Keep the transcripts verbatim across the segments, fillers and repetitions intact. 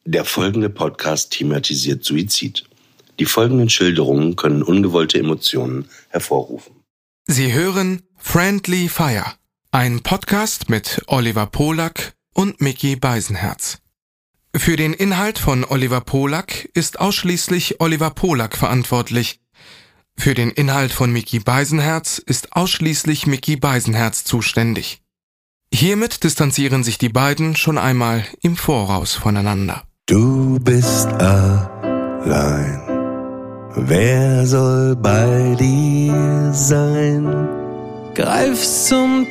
Der folgende Podcast thematisiert Suizid. Die folgenden Schilderungen können ungewollte Emotionen hervorrufen. Sie hören Friendly Fire, ein Podcast mit Oliver Polak und Micky Beisenherz. Für den Inhalt von Oliver Polak ist ausschließlich Oliver Polak verantwortlich. Für den Inhalt von Micky Beisenherz ist ausschließlich Micky Beisenherz zuständig. Hiermit distanzieren sich die beiden schon einmal im Voraus voneinander. Du bist allein, wer soll bei dir sein? Greif zum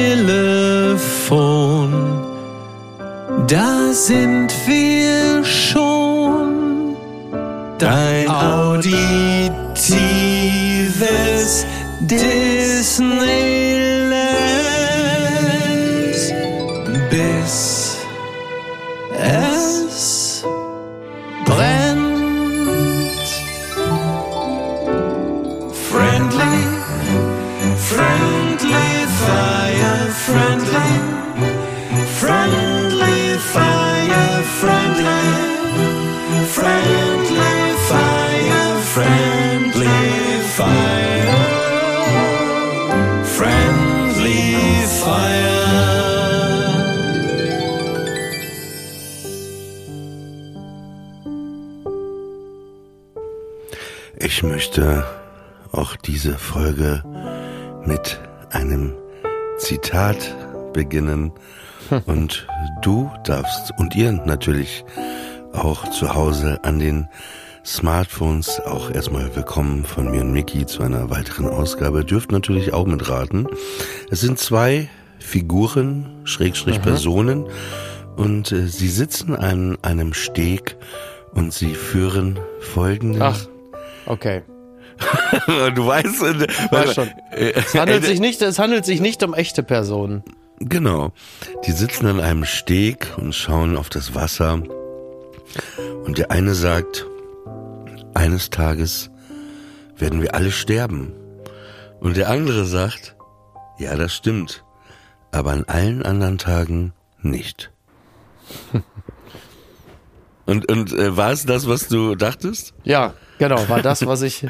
Telefon, da sind wir schon. Dein auditives Disneyland, bis es brennt. Friendly, friendly fire, friendly, friendly fire, friendly, friendly fire, friendly fire, friendly fire. Ich möchte auch diese Folge mit einem Zitat beginnen. Und du darfst und ihr natürlich auch zu Hause an den Smartphones auch erstmal willkommen von mir und Micky zu einer weiteren Ausgabe. Dürft natürlich auch mitraten. Es sind zwei Figuren, Schrägstrich mhm. Personen, und äh, sie sitzen an einem Steg und sie führen folgenden... Ach, okay. Du weißt... Äh, Weiß schon. Es handelt, äh, sich nicht, es handelt sich nicht um echte Personen. Genau. Die sitzen an einem Steg und schauen auf das Wasser. Und der eine sagt, eines Tages werden wir alle sterben. Und der andere sagt, ja, das stimmt, aber an allen anderen Tagen nicht. Und, und äh, war es das, was du dachtest? Ja, genau, war das, was ich...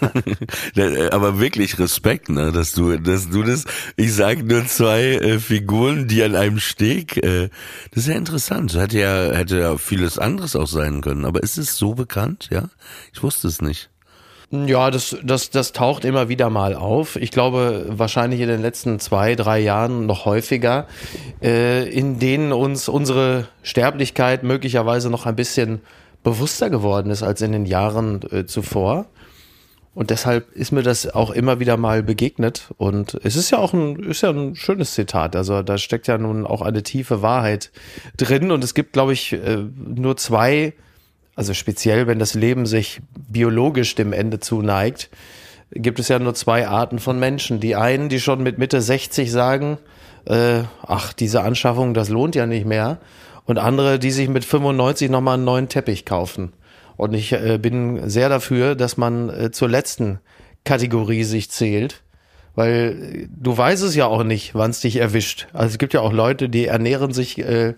Aber wirklich Respekt, ne, dass du, dass du das, ich sag nur zwei äh, Figuren, die an einem Steg, äh, das ist ja interessant, hätte ja, hätte ja vieles anderes auch sein können, aber ist es so bekannt, ja? Ich wusste es nicht. Ja, das, das, das taucht immer wieder mal auf. Ich glaube, wahrscheinlich in den letzten zwei, drei Jahren noch häufiger, äh, in denen uns unsere Sterblichkeit möglicherweise noch ein bisschen bewusster geworden ist als in den Jahren äh, zuvor. Und deshalb ist mir das auch immer wieder mal begegnet. Und es ist ja auch ein, ist ja ein schönes Zitat. Also da steckt ja nun auch eine tiefe Wahrheit drin. Und es gibt, glaube ich, äh, nur zwei, also speziell, wenn das Leben sich biologisch dem Ende zuneigt, gibt es ja nur zwei Arten von Menschen. Die einen, die schon mit Mitte sechzig sagen, äh, ach, diese Anschaffung, das lohnt ja nicht mehr. Und andere, die sich mit fünfundneunzig nochmal einen neuen Teppich kaufen. Und ich äh, bin sehr dafür, dass man äh, zur letzten Kategorie sich zählt. Weil äh, du weißt es ja auch nicht, wann es dich erwischt. Also es gibt ja auch Leute, die ernähren sich äh,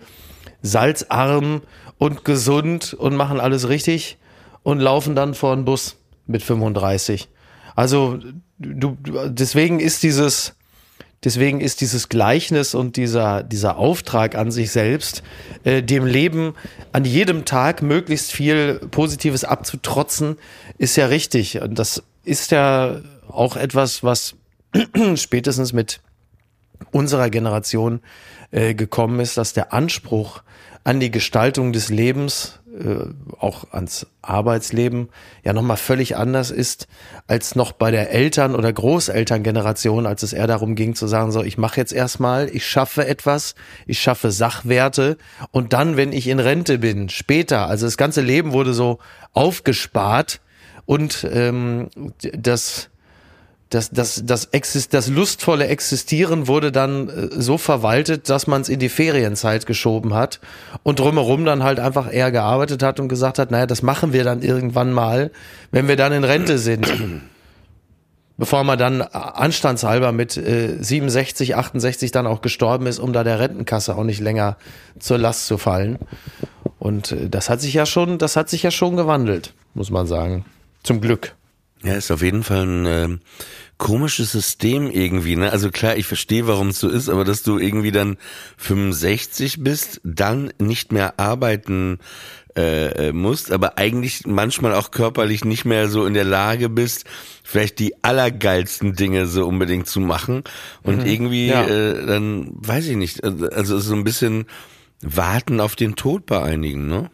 salzarm und gesund und machen alles richtig und laufen dann vor den Bus mit fünfunddreißig. Also du, deswegen ist dieses, deswegen ist dieses Gleichnis und dieser, dieser Auftrag an sich selbst, äh, dem Leben an jedem Tag möglichst viel Positives abzutrotzen, ist ja richtig. Und das ist ja auch etwas, was spätestens mit unserer Generation äh, gekommen ist, dass der Anspruch an die Gestaltung des Lebens, äh, auch ans Arbeitsleben, ja nochmal völlig anders ist als noch bei der Eltern- oder Großelterngeneration, als es eher darum ging zu sagen, so, ich mache jetzt erstmal, ich schaffe etwas, ich schaffe Sachwerte und dann, wenn ich in Rente bin, später, also das ganze Leben wurde so aufgespart und ähm, das Das, das, das, exist, das lustvolle Existieren wurde dann äh, so verwaltet, dass man es in die Ferienzeit geschoben hat und drumherum dann halt einfach eher gearbeitet hat und gesagt hat, naja, das machen wir dann irgendwann mal, wenn wir dann in Rente sind. bevor man dann anstandshalber mit äh, siebenundsechzig, achtundsechzig dann auch gestorben ist, um da der Rentenkasse auch nicht länger zur Last zu fallen. Und äh, das hat sich ja schon, das hat sich ja schon gewandelt, muss man sagen. Zum Glück. Ja, ist auf jeden Fall ein äh, komisches System irgendwie, ne? Also klar, ich verstehe, warum es so ist, aber dass du irgendwie dann fünfundsechzig bist, dann nicht mehr arbeiten äh, musst, aber eigentlich manchmal auch körperlich nicht mehr so in der Lage bist, vielleicht die allergeilsten Dinge so unbedingt zu machen und mhm. irgendwie ja. äh, dann, weiß ich nicht, also so ein bisschen warten auf den Tod bei einigen, ne?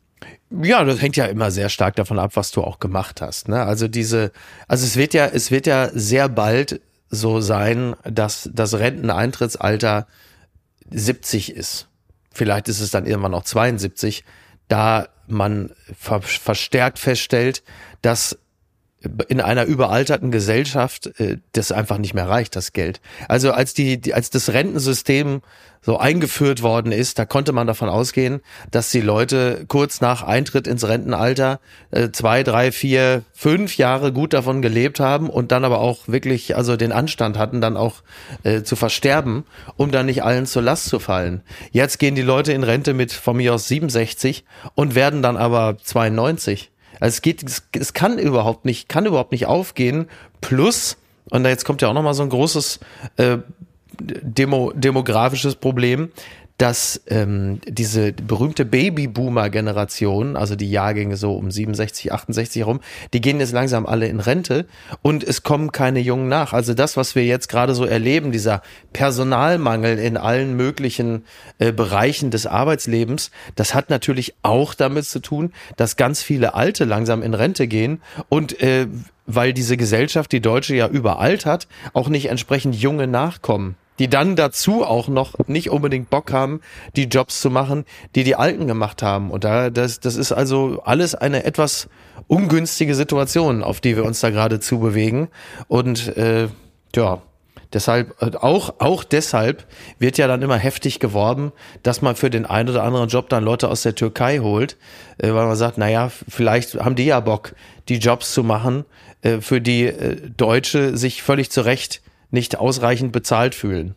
Ja, das hängt ja immer sehr stark davon ab, was du auch gemacht hast, ne? Also diese, also es wird ja, es wird ja sehr bald so sein, dass das Renteneintrittsalter siebzig ist. Vielleicht ist es dann irgendwann noch zweiundsiebzig, da man ver- verstärkt feststellt, dass in einer überalterten Gesellschaft äh, das einfach nicht mehr reicht, das Geld. Also als die, die als das Rentensystem so eingeführt worden ist, da konnte man davon ausgehen, dass die Leute kurz nach Eintritt ins Rentenalter äh, zwei, drei, vier, fünf Jahre gut davon gelebt haben und dann aber auch wirklich also den Anstand hatten, dann auch äh, zu versterben, um dann nicht allen zur Last zu fallen. Jetzt gehen die Leute in Rente mit von mir aus siebenundsechzig und werden dann aber zweiundneunzig. Also es geht, es, es kann überhaupt nicht, kann überhaupt nicht aufgehen. Plus, und jetzt kommt ja auch nochmal so ein großes äh, Demo, demografisches Problem, dass ähm, diese berühmte Babyboomer-Generation, also die Jahrgänge so um siebenundsechzig, achtundsechzig herum, die gehen jetzt langsam alle in Rente und es kommen keine Jungen nach. Also das, was wir jetzt gerade so erleben, dieser Personalmangel in allen möglichen äh, Bereichen des Arbeitslebens, das hat natürlich auch damit zu tun, dass ganz viele Alte langsam in Rente gehen und äh, weil diese Gesellschaft, die deutsche, ja überaltert, auch nicht entsprechend junge nachkommen, die dann dazu auch noch nicht unbedingt Bock haben, die Jobs zu machen, die die Alten gemacht haben. Und da das, das ist also alles eine etwas ungünstige Situation, auf die wir uns da gerade zubewegen. Und äh, ja, deshalb auch auch deshalb wird ja dann immer heftig geworben, dass man für den einen oder anderen Job dann Leute aus der Türkei holt, äh, weil man sagt, naja, vielleicht haben die ja Bock, die Jobs zu machen, äh, für die äh, Deutsche sich völlig zu Recht nicht ausreichend bezahlt fühlen.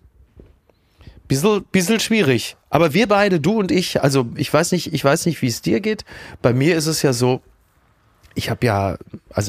Bissl, bissl schwierig. Aber wir beide, du und ich, also ich weiß nicht, ich weiß nicht, wie es dir geht. Bei mir ist es ja so, ich habe ja, also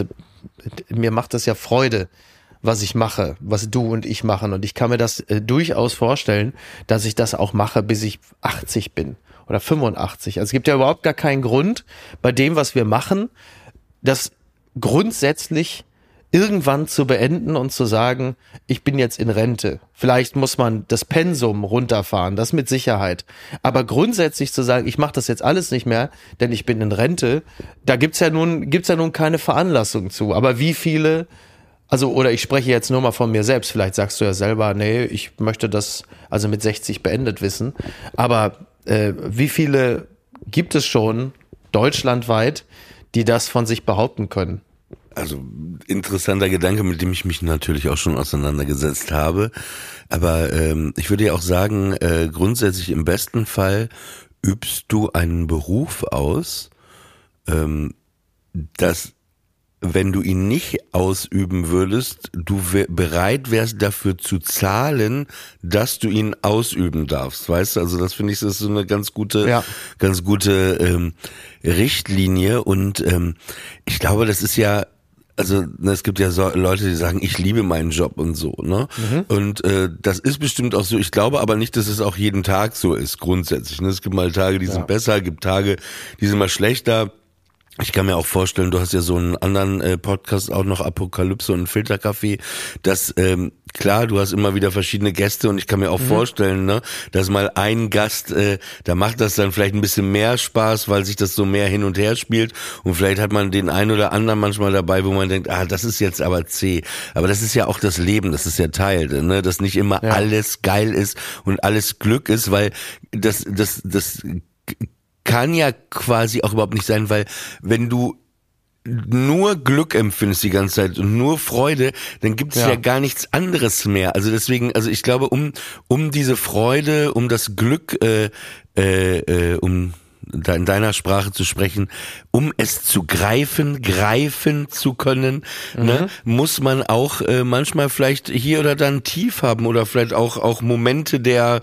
mir macht das ja Freude, was ich mache, was du und ich machen. Und ich kann mir das äh, durchaus vorstellen, dass ich das auch mache, bis ich achtzig bin oder fünfundachtzig. Also es gibt ja überhaupt gar keinen Grund bei dem, was wir machen, das grundsätzlich irgendwann zu beenden und zu sagen, ich bin jetzt in Rente. Vielleicht muss man das Pensum runterfahren, das mit Sicherheit. Aber grundsätzlich zu sagen, ich mache das jetzt alles nicht mehr, denn ich bin in Rente, da gibt's ja nun gibt's ja nun keine Veranlassung zu. Aber wie viele, also oder ich spreche jetzt nur mal von mir selbst, vielleicht sagst du ja selber, nee, ich möchte das also mit sechzig beendet wissen. Aber äh, wie viele gibt es schon deutschlandweit, die das von sich behaupten können? Also interessanter Gedanke, mit dem ich mich natürlich auch schon auseinandergesetzt habe. Aber ähm, ich würde ja auch sagen, äh, grundsätzlich im besten Fall übst du einen Beruf aus, ähm, dass, wenn du ihn nicht ausüben würdest, du w- bereit wärst dafür zu zahlen, dass du ihn ausüben darfst. Weißt du, also das finde ich, das ist so eine ganz gute, ja. ganz gute ähm, Richtlinie. Und ähm, ich glaube, das ist ja, also ne, es gibt ja so Leute, die sagen, ich liebe meinen Job und so, ne? Mhm. Und äh, das ist bestimmt auch so. Ich glaube aber nicht, dass es auch jeden Tag so ist, grundsätzlich. Ne? Es gibt mal Tage, die ja. sind besser, gibt Tage, die sind mal schlechter. Ich kann mir auch vorstellen, du hast ja so einen anderen äh, Podcast auch noch, Apokalypse und Filterkaffee, dass, ähm, klar, du hast immer wieder verschiedene Gäste und ich kann mir auch mhm. vorstellen, ne, dass mal ein Gast, äh, da macht das dann vielleicht ein bisschen mehr Spaß, weil sich das so mehr hin und her spielt und vielleicht hat man den einen oder anderen manchmal dabei, wo man denkt, ah, das ist jetzt aber zäh. Aber das ist ja auch das Leben, das ist ja Teil, ne, dass nicht immer ja. alles geil ist und alles Glück ist, weil das, das, das kann ja quasi auch überhaupt nicht sein, weil wenn du nur Glück empfindest die ganze Zeit und nur Freude, dann gibt es ja. ja gar nichts anderes mehr. Also deswegen, also ich glaube, um um diese Freude, um das Glück, äh, äh, um da in deiner Sprache zu sprechen, um es zu greifen, greifen zu können, mhm. ne, muss man auch äh, manchmal vielleicht hier oder da ein Tief haben oder vielleicht auch auch Momente der,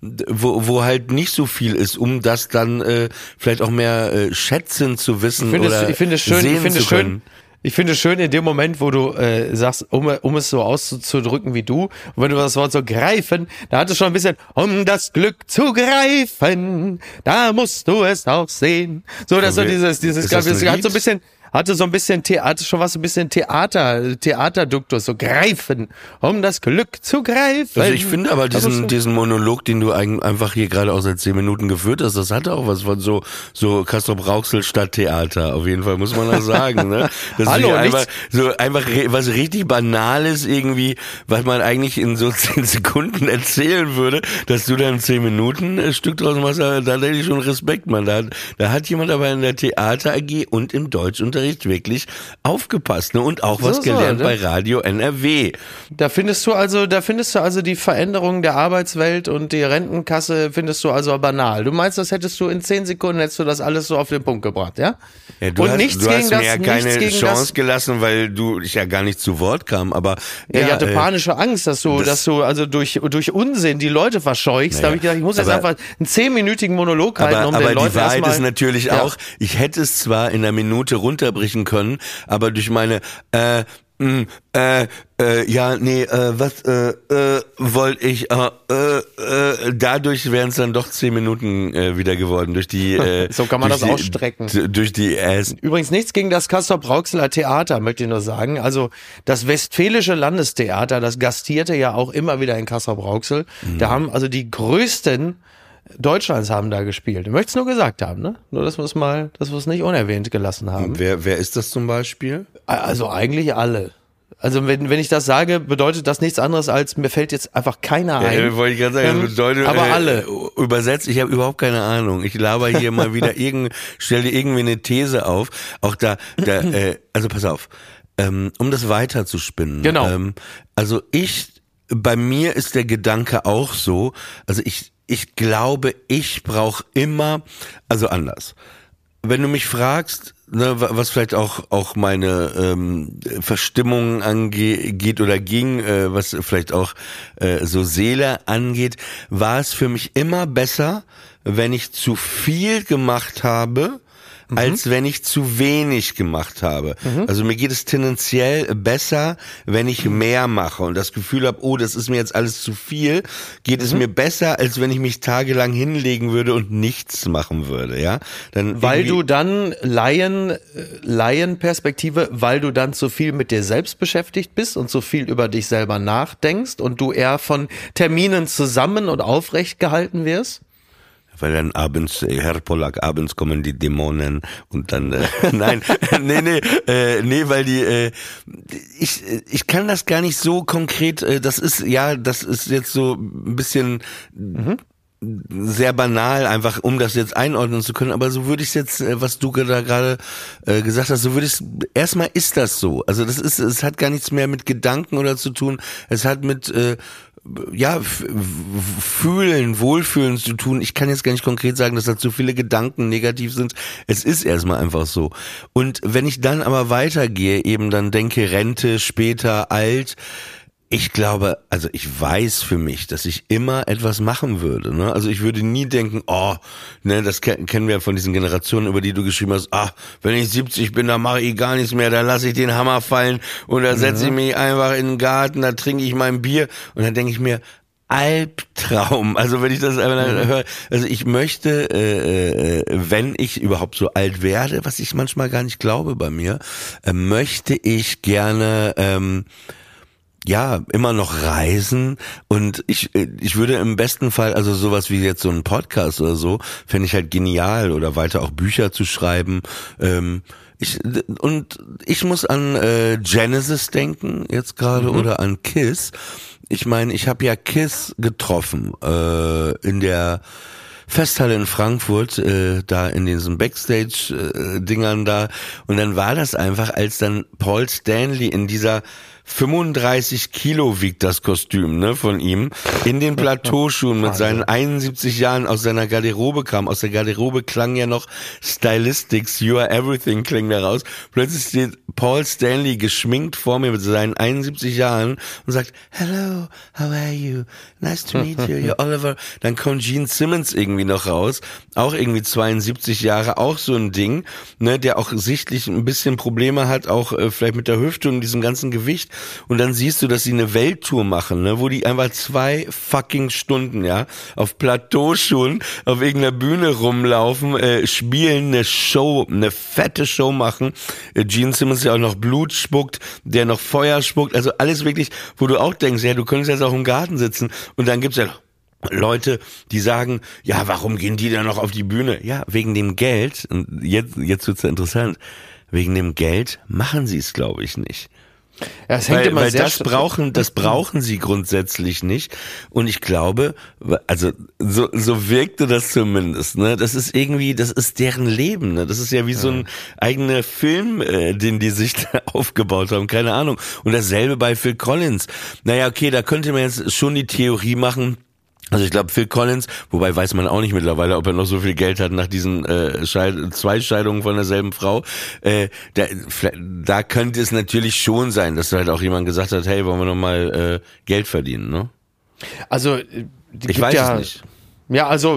wo wo halt nicht so viel ist, um das dann äh, vielleicht auch mehr äh, schätzen zu wissen ich finde oder es, ich finde es schön, sehen ich finde zu es schön. können. Ich finde es schön in dem Moment, wo du äh, sagst, um, um es so auszudrücken wie du, und wenn du das Wort so greifen, da hat es schon ein bisschen, um das Glück zu greifen, da musst du es auch sehen. So, dass so dieses, dieses, das das hat so ein bisschen, hatte so ein bisschen Theater, schon was so ein bisschen Theater, Theaterduktus, so greifen, um das Glück zu greifen. Also ich finde aber diesen, so diesen Monolog, den du einfach hier gerade auch seit zehn Minuten geführt hast, das hatte auch was von so, so Castrop-Rauxel Stadttheater, auf jeden Fall, muss man das sagen, ne? Das Hallo, ist einfach, so einfach was richtig Banales irgendwie, was man eigentlich in so zehn Sekunden erzählen würde, dass du dann zehn Minuten ein Stück draus machst, da hätte ich schon Respekt, man. Da, da hat jemand aber in der Theater A G und im Deutschunterricht wirklich aufgepasst, ne? Und auch was so, gelernt so, ne? Bei Radio N R W. Da findest du also, da findest du also die Veränderung der Arbeitswelt und die Rentenkasse findest du also banal. Du meinst, das hättest du in zehn Sekunden hättest du das alles so auf den Punkt gebracht, ja? Ja, du und hast, nichts du gegen hast das, mir ja keine Chance das, gelassen, weil du dich ja gar nicht zu Wort kam, aber ja, ja, ich hatte äh, panische Angst, dass du, das, dass du also durch durch Unsinn die Leute verscheuchst. Ja, da habe ich gedacht, ich muss jetzt aber, einfach einen zehnminütigen Monolog halten, aber, um aber den Leuten die Wahrheit erstmal, ist natürlich ja. auch, ich hätte es zwar in einer Minute runterbrechen können, aber durch meine äh, mh, äh, äh, ja, nee, äh, was äh, äh, wollte ich, äh, äh, äh, dadurch wären es dann doch zehn Minuten äh, wieder geworden, durch die äh, so kann man das die, ausstrecken. Durch die Äs. Übrigens nichts gegen das Castrop-Rauxeler Theater, möchte ich nur sagen. Also das Westfälische Landestheater, das gastierte ja auch immer wieder in Castrop-Rauxel. Mhm. Da haben also die größten Deutschlands haben da gespielt. Ich möchte es nur gesagt haben, ne? Nur, dass wir es mal, dass wir es nicht unerwähnt gelassen haben. Wer, wer ist das zum Beispiel? Also eigentlich alle. Also wenn wenn ich das sage, bedeutet das nichts anderes als, mir fällt jetzt einfach keiner ein. Ja, wollte ich gerade sagen, ähm, bedeutet, aber äh, alle. Übersetzt, ich habe überhaupt keine Ahnung. Ich laber hier mal wieder irgend, stelle irgendwie eine These auf. Auch da, da äh, also pass auf, ähm, um das weiter zu spinnen. Genau. Ähm, also ich, bei mir ist der Gedanke auch so, also ich Ich glaube, ich brauche immer, also anders. Wenn du mich fragst, ne, was vielleicht auch auch meine ähm, Verstimmung angeht oder ging, äh, was vielleicht auch äh, so Seele angeht, war es für mich immer besser, wenn ich zu viel gemacht habe, Mhm. als wenn ich zu wenig gemacht habe. Mhm. Also mir geht es tendenziell besser, wenn ich mehr mache und das Gefühl habe, oh, das ist mir jetzt alles zu viel, geht mhm. es mir besser, als wenn ich mich tagelang hinlegen würde und nichts machen würde, ja? Dann weil du dann Laien, Laienperspektive, weil du dann zu viel mit dir selbst beschäftigt bist und zu viel über dich selber nachdenkst und du eher von Terminen zusammen und aufrecht gehalten wirst? Weil dann abends, Herr Pollack, abends kommen die Dämonen und dann, äh, nein, nee, nee, äh, nee, weil die, äh, ich, ich kann das gar nicht so konkret, äh, das ist, ja, das ist jetzt so ein bisschen mhm. sehr banal, einfach um das jetzt einordnen zu können, aber so würde ich es jetzt, äh, was du da gerade äh, gesagt hast, so würde ich es, erstmal ist das so, also das ist, es hat gar nichts mehr mit Gedanken oder zu tun, es hat mit, äh, ja, fühlen, wohlfühlen zu tun. Ich kann jetzt gar nicht konkret sagen, dass da zu viele Gedanken negativ sind. Es ist erstmal einfach so. Und wenn ich dann aber weitergehe, eben dann denke, Rente, später, alt, ich glaube, also ich weiß für mich, dass ich immer etwas machen würde. Ne? Also ich würde nie denken, oh, ne, das kennen wir von diesen Generationen, über die du geschrieben hast, ah, wenn ich siebzig bin, dann mache ich gar nichts mehr, da lasse ich den Hammer fallen und da setze ich mich einfach in den Garten, da trinke ich mein Bier und dann denke ich mir, Albtraum. Also wenn ich das einfach mhm. höre, also ich möchte, äh, wenn ich überhaupt so alt werde, was ich manchmal gar nicht glaube bei mir, äh, möchte ich gerne ähm, ja, immer noch reisen und ich ich würde im besten Fall, also sowas wie jetzt so ein Podcast oder so, fände ich halt genial oder weiter auch Bücher zu schreiben. Ähm, ich und ich muss an äh, Genesis denken jetzt gerade mhm. oder an Kiss. Ich meine, ich habe ja Kiss getroffen äh, in der Festhalle in Frankfurt, äh, da in diesen Backstage-Dingern da und dann war das einfach, als dann Paul Stanley in dieser fünfunddreißig Kilo wiegt das Kostüm, ne, von ihm. In den Plateauschuhen mit seinen einundsiebzig Jahren aus seiner Garderobe kam. Aus der Garderobe klang ja noch Stylistics, You Are Everything klingt da raus. Plötzlich steht Paul Stanley geschminkt vor mir mit seinen einundsiebzig Jahren und sagt, hello, how are you? Nice to meet you, you're Oliver. Dann kommt Gene Simmons irgendwie noch raus. Auch irgendwie zweiundsiebzig Jahre, auch so ein Ding, ne, der auch sichtlich ein bisschen Probleme hat, auch äh, vielleicht mit der Hüfte und diesem ganzen Gewicht. Und dann siehst du, dass sie eine Welttour machen, ne, wo die einfach zwei fucking Stunden, ja, auf Plateauschuhen auf irgendeiner Bühne rumlaufen, äh, spielen, eine Show, eine fette Show machen. Äh, Gene Simmons ja auch noch Blut spuckt, der noch Feuer spuckt, also alles wirklich, wo du auch denkst, ja, du könntest jetzt auch im Garten sitzen und dann gibt's ja Leute, die sagen, ja, warum gehen die da noch auf die Bühne? Ja, wegen dem Geld, und jetzt, jetzt wird's ja interessant, wegen dem Geld machen sie es, glaube ich, nicht. Ja, es hängt weil immer weil sehr das brauchen, das brauchen sie grundsätzlich nicht. Und ich glaube, also so so wirkte das zumindest. Ne, das ist irgendwie, das ist deren Leben. Ne, das ist ja wie so ein eigener Film, äh, den die sich da aufgebaut haben. Keine Ahnung. Und dasselbe bei Phil Collins. Naja, okay, da könnte man jetzt schon die Theorie machen. Also ich glaube, Phil Collins, wobei weiß man auch nicht mittlerweile, ob er noch so viel Geld hat nach diesen äh, Scheid- zwei Scheidungen von derselben Frau. Äh, da, da könnte es natürlich schon sein, dass halt auch jemand gesagt hat, hey, wollen wir noch mal äh, Geld verdienen, ne? Also ich weiß ja, es nicht. Ja, also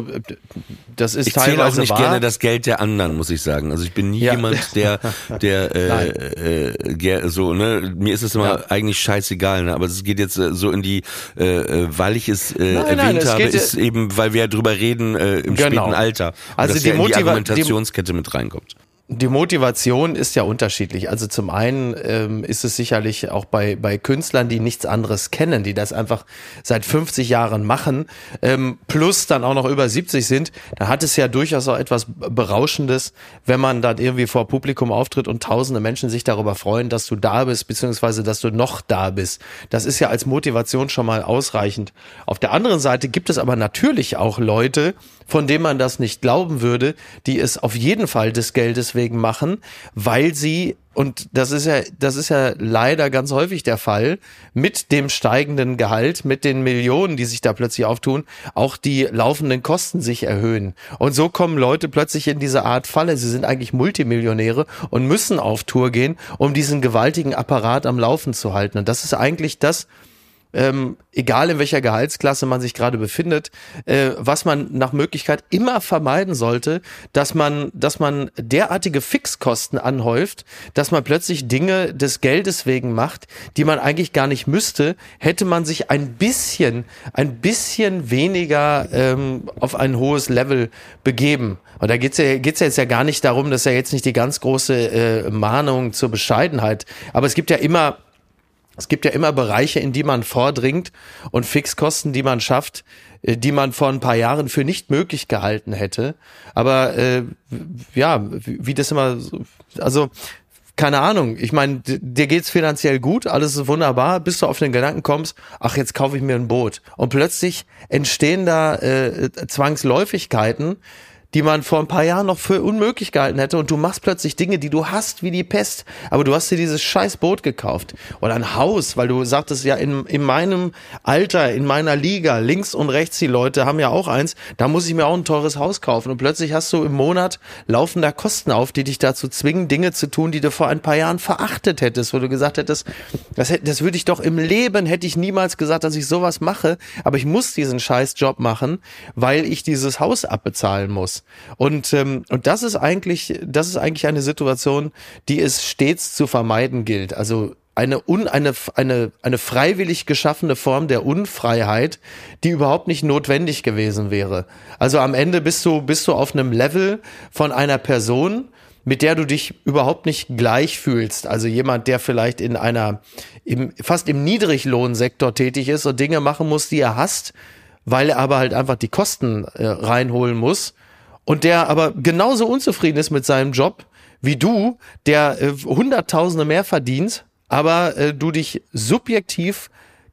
das ist ich teilweise teilweise auch nicht wahr. gerne das Geld der anderen, muss ich sagen. Also ich bin nie Ja. jemand, der, der äh, äh, ger- so, ne, mir ist es immer Ja. eigentlich scheißegal, ne, aber es geht jetzt äh, so in die, äh, weil ich es äh, Nein, erwähnt nein, es habe, geht, ist eben, weil wir ja drüber reden äh, im Genau. späten Alter. Und Also dass die ja in die Motiva- Argumentationskette mit reinkommt. Die Motivation ist ja unterschiedlich. Also zum einen ähm, ist es sicherlich auch bei bei Künstlern, die nichts anderes kennen, die das einfach seit fünfzig Jahren machen, ähm, plus dann auch noch über siebzig sind, da hat es ja durchaus auch etwas Berauschendes, wenn man dann irgendwie vor Publikum auftritt und tausende Menschen sich darüber freuen, dass du da bist, beziehungsweise dass du noch da bist. Das ist ja als Motivation schon mal ausreichend. Auf der anderen Seite gibt es aber natürlich auch Leute, von denen man das nicht glauben würde, die es auf jeden Fall des Geldes wegen machen, weil sie, und das ist ja, das ist ja leider ganz häufig der Fall, mit dem steigenden Gehalt, mit den Millionen, die sich da plötzlich auftun, auch die laufenden Kosten sich erhöhen. Und so kommen Leute plötzlich in diese Art Falle. Sie sind eigentlich Multimillionäre und müssen auf Tour gehen, um diesen gewaltigen Apparat am Laufen zu halten. Und das ist eigentlich das, Ähm, egal in welcher Gehaltsklasse man sich gerade befindet, äh, was man nach Möglichkeit immer vermeiden sollte, dass man, dass man derartige Fixkosten anhäuft, dass man plötzlich Dinge des Geldes wegen macht, die man eigentlich gar nicht müsste, hätte man sich ein bisschen, ein bisschen weniger ähm, auf ein hohes Level begeben. Und da geht's ja, geht's ja jetzt ja gar nicht darum, dass ja jetzt nicht die ganz große äh, Mahnung zur Bescheidenheit, aber es gibt ja immer Es gibt ja immer Bereiche, in die man vordringt und Fixkosten, die man schafft, die man vor ein paar Jahren für nicht möglich gehalten hätte. Aber äh, ja, wie, wie das immer, so, also keine Ahnung. Ich meine, dir geht's finanziell gut, alles ist wunderbar, bis du auf den Gedanken kommst, ach, jetzt kaufe ich mir ein Boot. Und plötzlich entstehen da äh, Zwangsläufigkeiten, die man vor ein paar Jahren noch für unmöglich gehalten hätte, und du machst plötzlich Dinge, die du hast wie die Pest, aber du hast dir dieses scheiß Boot gekauft oder ein Haus, weil du sagtest, ja, in, in meinem Alter, in meiner Liga, links und rechts, die Leute haben ja auch eins, da muss ich mir auch ein teures Haus kaufen, und plötzlich hast du im Monat laufender Kosten auf, die dich dazu zwingen, Dinge zu tun, die du vor ein paar Jahren verachtet hättest, wo du gesagt hättest, das, das würde ich doch im Leben, hätte ich niemals gesagt, dass ich sowas mache, aber ich muss diesen scheiß Job machen, weil ich dieses Haus abbezahlen muss. Und ähm, und das ist eigentlich das ist eigentlich eine Situation, die es stets zu vermeiden gilt. Also eine un, eine eine eine freiwillig geschaffene Form der Unfreiheit, die überhaupt nicht notwendig gewesen wäre. Also am Ende bist du bist du auf einem Level von einer Person, mit der du dich überhaupt nicht gleich fühlst. Also jemand, der vielleicht in einer im fast im Niedriglohnsektor tätig ist und Dinge machen muss, die er hasst, weil er aber halt einfach die Kosten äh, reinholen muss. Und der aber genauso unzufrieden ist mit seinem Job wie du, der äh, Hunderttausende mehr verdient, aber äh, du dich subjektiv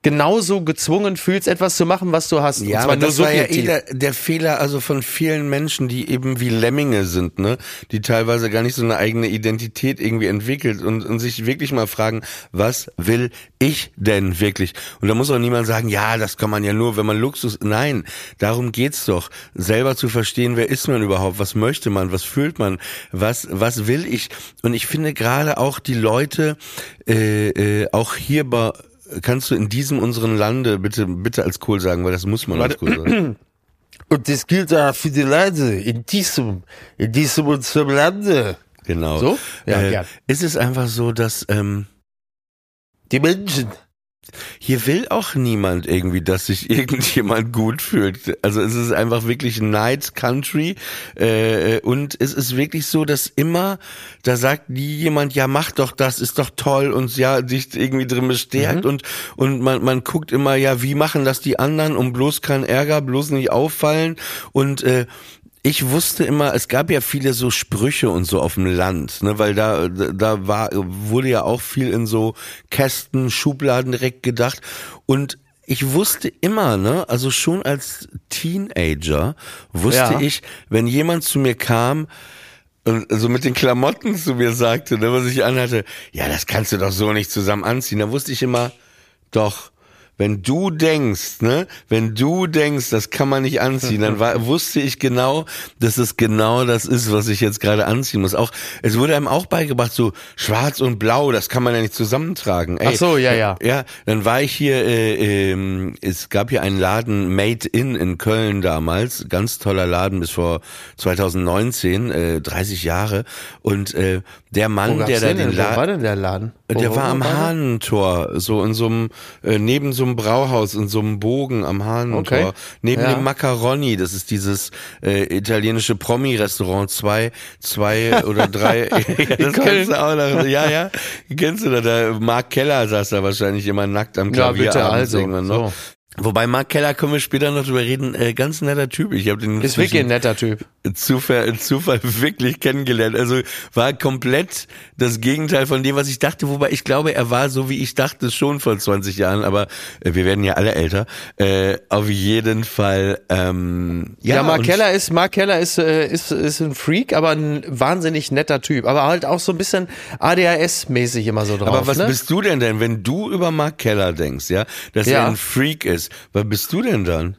genauso gezwungen fühlst, etwas zu machen, was du hast. Ja, und zwar aber nur das war ja subjektiv. eh der, der Fehler also von vielen Menschen, die eben wie Lemminge sind, ne, die teilweise gar nicht so eine eigene Identität irgendwie entwickelt und, und sich wirklich mal fragen, was will ich denn wirklich? Und da muss auch niemand sagen, ja, das kann man ja nur, wenn man Luxus, nein, darum geht's doch, selber zu verstehen, wer ist man überhaupt, was möchte man, was fühlt man, was, was will ich? Und ich finde gerade auch die Leute, äh, äh, auch hier bei, kannst du in diesem unseren Lande bitte bitte als Kohl sagen, weil das muss man als Kohl sagen. Und das gilt auch für die Leute in diesem, in diesem unserem Lande. Genau. So? Ja, äh, gern. ist es einfach so, dass ähm, Die Menschen. hier will auch niemand irgendwie, dass sich irgendjemand gut fühlt. Also es ist einfach wirklich Night Country äh, und es ist wirklich so, dass immer, da sagt nie jemand, ja mach doch das, ist doch toll und ja, sich irgendwie drin bestärkt mhm. und und man man guckt immer, ja wie machen das die anderen, um bloß keinen Ärger, bloß nicht auffallen und äh, ich wusste immer, es gab ja viele so Sprüche und so auf dem Land, ne, weil da da war wurde ja auch viel in so Kästen, Schubladen direkt gedacht und ich wusste immer, ne, also schon als Teenager wusste Ja. ich, wenn jemand zu mir kam und so mit den Klamotten zu mir sagte, ne, was ich anhatte, ja, das kannst du doch so nicht zusammen anziehen, da wusste ich immer, doch. Wenn du denkst, ne, wenn du denkst, das kann man nicht anziehen, dann war, wusste ich genau, dass es genau das ist, was ich jetzt gerade anziehen muss. Auch, es wurde einem auch beigebracht, so schwarz und blau, das kann man ja nicht zusammentragen. Ey, Ach so, ja, ja. Ja, dann war ich hier, äh, ähm, es gab hier einen Laden, Made In in Köln damals, ganz toller Laden bis vor zwanzig neunzehn, äh, dreißig Jahre. Und äh, der Mann, Wo der da denn? den Wo Laden... war denn der Laden? Der Wo, war wo am war der? Hahnentor, so in so einem, äh, neben so einem Brauhaus, in so einem Bogen am Hahnentor, Okay. neben Ja. dem Macaroni, das ist dieses äh, italienische Promi-Restaurant, zwei, zwei oder drei, ja, das kennst du auch noch, ja, ja, kennst du da, der Mark Keller saß da wahrscheinlich immer nackt am Ja, Klavier bitte, abends also, irgendwann noch. so. Wobei Mark Keller, können wir später noch drüber reden, äh, ganz netter Typ. Ich habe den Ist wirklich ein netter Typ. Zufall, Zufall wirklich kennengelernt. Also war komplett das Gegenteil von dem, was ich dachte. Wobei ich glaube, er war so, wie ich dachte, schon vor zwanzig Jahren. Aber äh, wir werden ja alle älter. Äh, auf jeden Fall. Ähm, ja, Ja, Mark und- Keller ist, Mark Keller ist, äh, ist, ist ein Freak, aber ein wahnsinnig netter Typ. Aber halt auch so ein bisschen A D H S-mäßig immer so drauf. Aber was ne? bist du denn denn, wenn du über Mark Keller denkst, ja, dass Ja. er ein Freak ist? Was bist du denn dann?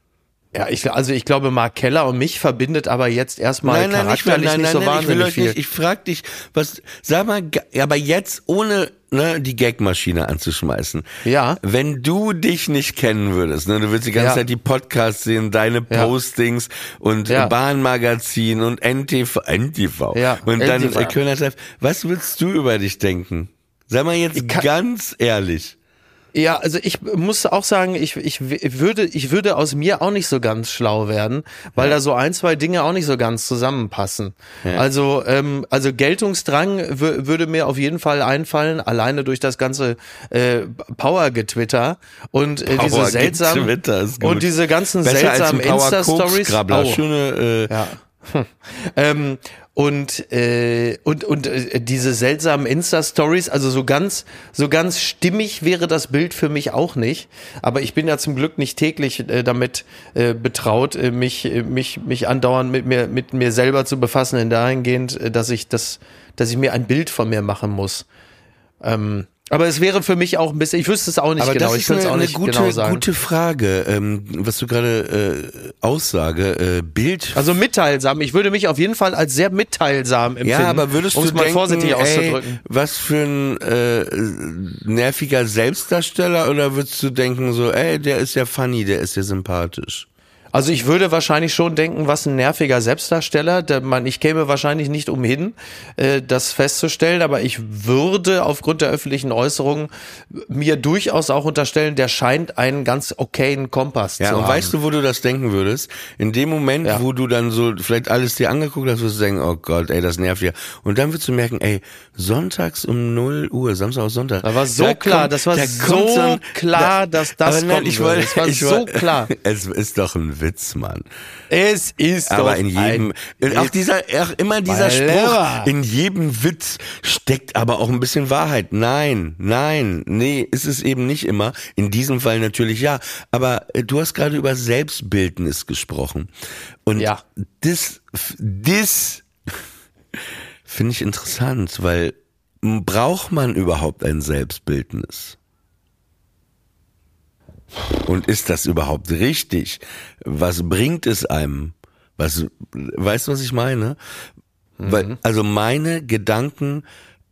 Ja, ich, also ich glaube, Mark Keller und mich verbindet aber jetzt erstmal Nein, nein, ich will, charakterlich nein, nicht nein, so nein, ich will wahnsinnig euch viel. nicht, ich frag dich, was, sag mal, ga- aber jetzt ohne, ne, die Gagmaschine anzuschmeißen. Ja. Wenn du dich nicht kennen würdest, ne, du würdest die ganze Ja. Zeit die Podcasts sehen, deine Ja. Postings und Ja. Bahnmagazin und N T V, N T V. Ja, und dann N T V. äh, Kölner Treff. Was würdest du über dich denken? Sag mal jetzt Ich kann- ganz ehrlich. Ja, also ich muss auch sagen, ich, ich würde, ich würde aus mir auch nicht so ganz schlau werden, weil da so ein, zwei Dinge auch nicht so ganz zusammenpassen. Ja. Also, ähm, also Geltungsdrang w- würde mir auf jeden Fall einfallen, alleine durch das ganze äh, Power-Getwitter und äh, diese seltsamen Power-Getwitter ist gut. und diese ganzen Besser als seltsamen ein Insta-Stories. Power-Koks-Grabbler. Oh. Schöne, äh, Ja. ähm, und äh, und und äh, diese seltsamen Insta-Stories, also so ganz so ganz stimmig wäre das Bild für mich auch nicht. Aber ich bin ja zum Glück nicht täglich äh, damit äh, betraut, äh, mich äh, mich mich andauernd mit mir mit mir selber zu befassen, in dahingehend, äh, dass ich das, dass ich mir ein Bild von mir machen muss. Ähm, aber es wäre für mich auch ein bisschen, ich wüsste es auch nicht Aber genau, das ich ist könnte es eine, auch eine nicht gute, genau sagen. gute Frage, ähm, was du gerade äh, aussage, äh, Bild. Also mitteilsam. Ich würde mich auf jeden Fall als sehr mitteilsam empfinden. Ja, aber würdest um du es mal denken, vorsichtig ey, auszudrücken. was für ein äh, nerviger Selbstdarsteller, oder würdest du denken so, ey, der ist ja funny, der ist ja sympathisch? Also ich würde wahrscheinlich schon denken, was ein nerviger Selbstdarsteller. Der, man, ich käme wahrscheinlich nicht umhin, äh, das festzustellen, aber ich würde aufgrund der öffentlichen Äußerungen mir durchaus auch unterstellen, der scheint einen ganz okayen Kompass Ja, zu und haben. weißt du, wo du das denken würdest? In dem Moment, Ja. wo du dann so vielleicht alles dir angeguckt hast, wirst du denken, oh Gott, ey, das nervt ja. Und dann wirst du merken, ey, sonntags um null Uhr, Samstag auf Sonntag. Das war so da klar, kommt- das war da so kommt ein- klar, dass das aber nein, kommen ich würde. wollte, Das war ich so wollte- klar. Es ist doch ein Witz, Mann. Es ist Aber doch in jedem, ein auch dieser, auch immer dieser Balera. Spruch, in jedem Witz steckt aber auch ein bisschen Wahrheit. Nein, nein, nee, ist es eben nicht immer. In diesem Fall natürlich ja. Aber äh, du hast gerade über Selbstbildnis gesprochen. Und Ja. das, das finde ich interessant, weil braucht man überhaupt ein Selbstbildnis? Und ist das überhaupt richtig? Was bringt es einem? Was, weißt du, was ich meine? Mhm. Weil, also meine Gedanken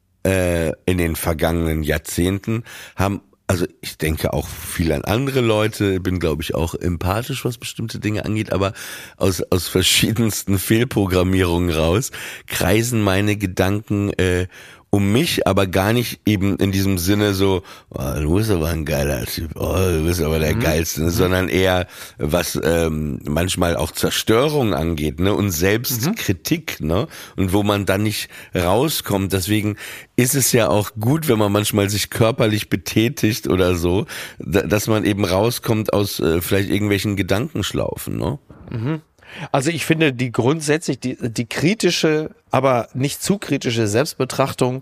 äh, in den vergangenen Jahrzehnten haben, also ich denke auch viel an andere Leute, bin glaube ich auch empathisch, was bestimmte Dinge angeht, aber aus aus verschiedensten Fehlprogrammierungen raus kreisen meine Gedanken äh, um mich, aber gar nicht eben in diesem Sinne so, oh, du bist aber ein geiler Typ, oh, du bist aber der mhm. Geilste, mhm. sondern eher, was ähm, manchmal auch Zerstörung angeht, ne, und Selbstkritik, mhm. ne, und wo man dann nicht rauskommt. Deswegen ist es ja auch gut, wenn man manchmal sich körperlich betätigt oder so, da, dass man eben rauskommt aus äh, vielleicht irgendwelchen Gedankenschlaufen, ne. Mhm. Also ich finde die grundsätzlich, die, die kritische, aber nicht zu kritische Selbstbetrachtung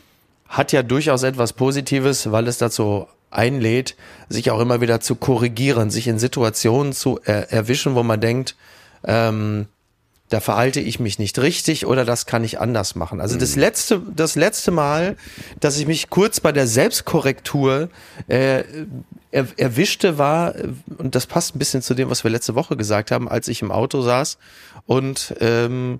hat ja durchaus etwas Positives, weil es dazu einlädt, sich auch immer wieder zu korrigieren, sich in Situationen zu er, erwischen, wo man denkt, ähm, da verhalte ich mich nicht richtig oder das kann ich anders machen. Also das letzte, das letzte Mal, dass ich mich kurz bei der Selbstkorrektur äh, er, erwischte, war, und das passt ein bisschen zu dem, was wir letzte Woche gesagt haben, als ich im Auto saß und ähm,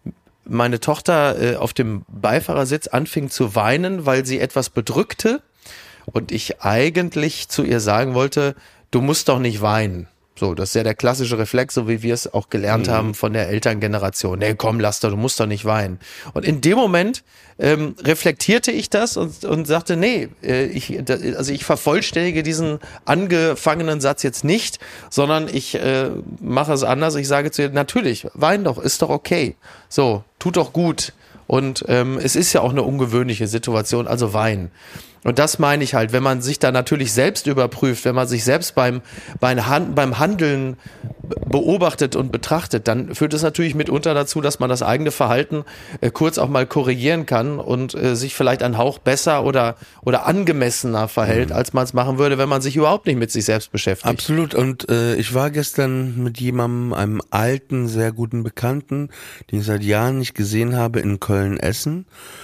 meine Tochter äh, auf dem Beifahrersitz anfing zu weinen, weil sie etwas bedrückte und ich eigentlich zu ihr sagen wollte, du musst doch nicht weinen. So, das ist ja der klassische Reflex, so wie wir es auch gelernt mhm. haben von der Elterngeneration. Nee, komm, lass doch, du musst doch nicht weinen. Und in dem Moment ähm, reflektierte ich das und, und sagte, nee, äh, ich, da, also ich vervollständige diesen angefangenen Satz jetzt nicht, sondern ich äh, mache es anders. Ich sage zu ihr, natürlich, wein doch, ist doch okay. So, tut doch gut. Und ähm, es ist ja auch eine ungewöhnliche Situation, also weinen. Und das meine ich halt, wenn man sich da natürlich selbst überprüft, wenn man sich selbst beim, beim, Han- beim Handeln beobachtet und betrachtet, dann führt es natürlich mitunter dazu, dass man das eigene Verhalten äh, kurz auch mal korrigieren kann und äh, sich vielleicht ein Hauch besser oder, oder angemessener verhält, mhm. als man es machen würde, wenn man sich überhaupt nicht mit sich selbst beschäftigt. Absolut. Und äh, ich war gestern mit jemandem, einem alten, sehr guten Bekannten, den ich seit Jahren nicht gesehen habe, in Köln-Essen.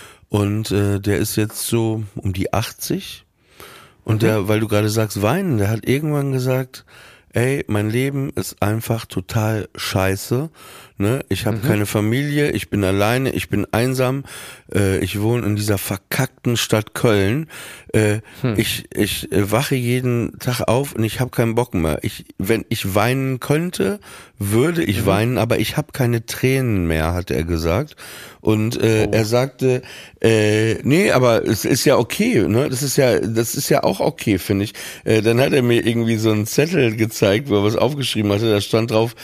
Und äh, der ist jetzt so um die achtzig. Und mhm. der, weil du gerade sagst, weinen, der hat irgendwann gesagt, ey, mein Leben ist einfach total scheiße. Ne? Ich habe mhm. keine Familie, ich bin alleine, ich bin einsam, äh, ich wohne in dieser verkackten Stadt Köln. Äh, hm. Ich ich äh, wache jeden Tag auf und ich habe keinen Bock mehr. Ich, wenn ich weinen könnte, würde ich mhm. weinen, aber ich habe keine Tränen mehr, hat er gesagt. Und äh, oh. er sagte, äh, nee, aber es ist ja okay, ne? Das ist ja, das ist ja auch okay, finde ich. Äh, dann hat er mir irgendwie so einen Zettel gezeigt, wo er was aufgeschrieben hatte. Da stand drauf.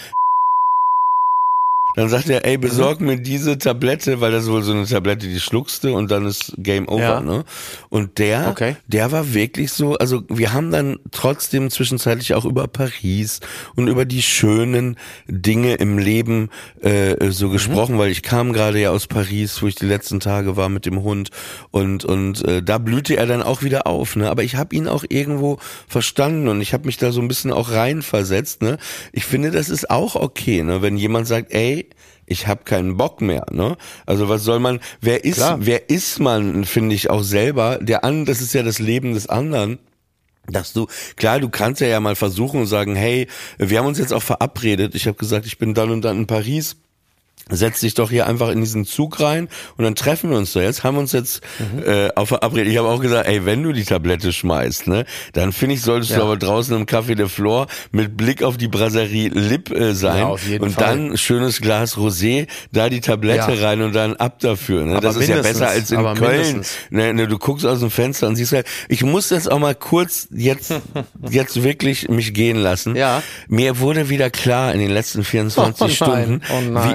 Dann sagt er, ey, besorg mhm. mir diese Tablette, weil das wohl so eine Tablette, die schluckste und dann ist Game Over, ja. ne? Und der, okay. der war wirklich so, also wir haben dann trotzdem zwischenzeitlich auch über Paris und über die schönen Dinge im Leben äh, so mhm. gesprochen, weil ich kam gerade ja aus Paris, wo ich die letzten Tage war mit dem Hund und und äh, da blühte er dann auch wieder auf, ne? Aber ich habe ihn auch irgendwo verstanden und ich habe mich da so ein bisschen auch reinversetzt, ne? Ich finde, das ist auch okay, ne? Wenn jemand sagt, ey, ich habe keinen Bock mehr, ne? Also was soll man, wer ist, Klar. wer ist man, finde ich auch selber, der an, das ist ja das Leben des anderen, dass du, klar, du kannst ja ja mal versuchen und sagen, hey, wir haben uns jetzt auch verabredet, ich habe gesagt, ich bin dann und dann in Paris, setz dich doch hier einfach in diesen Zug rein und dann treffen wir uns da jetzt, haben uns jetzt mhm. äh, auf verabredet. Ich habe auch gesagt, ey, wenn du die Tablette schmeißt, ne, dann finde ich, solltest ja. du aber draußen im Café de Flore mit Blick auf die Brasserie Lip äh, sein ja, auf jeden und Fall. Dann schönes Glas Rosé, da die Tablette ja. rein und dann ab dafür. Ne? Das ist ja besser als in Köln. Ne, ne, du guckst aus dem Fenster und siehst halt, ich muss jetzt auch mal kurz jetzt jetzt wirklich mich gehen lassen. Ja. Mir wurde wieder klar in den letzten vierundzwanzig oh, Stunden, oh, nein. Wie, ja, weil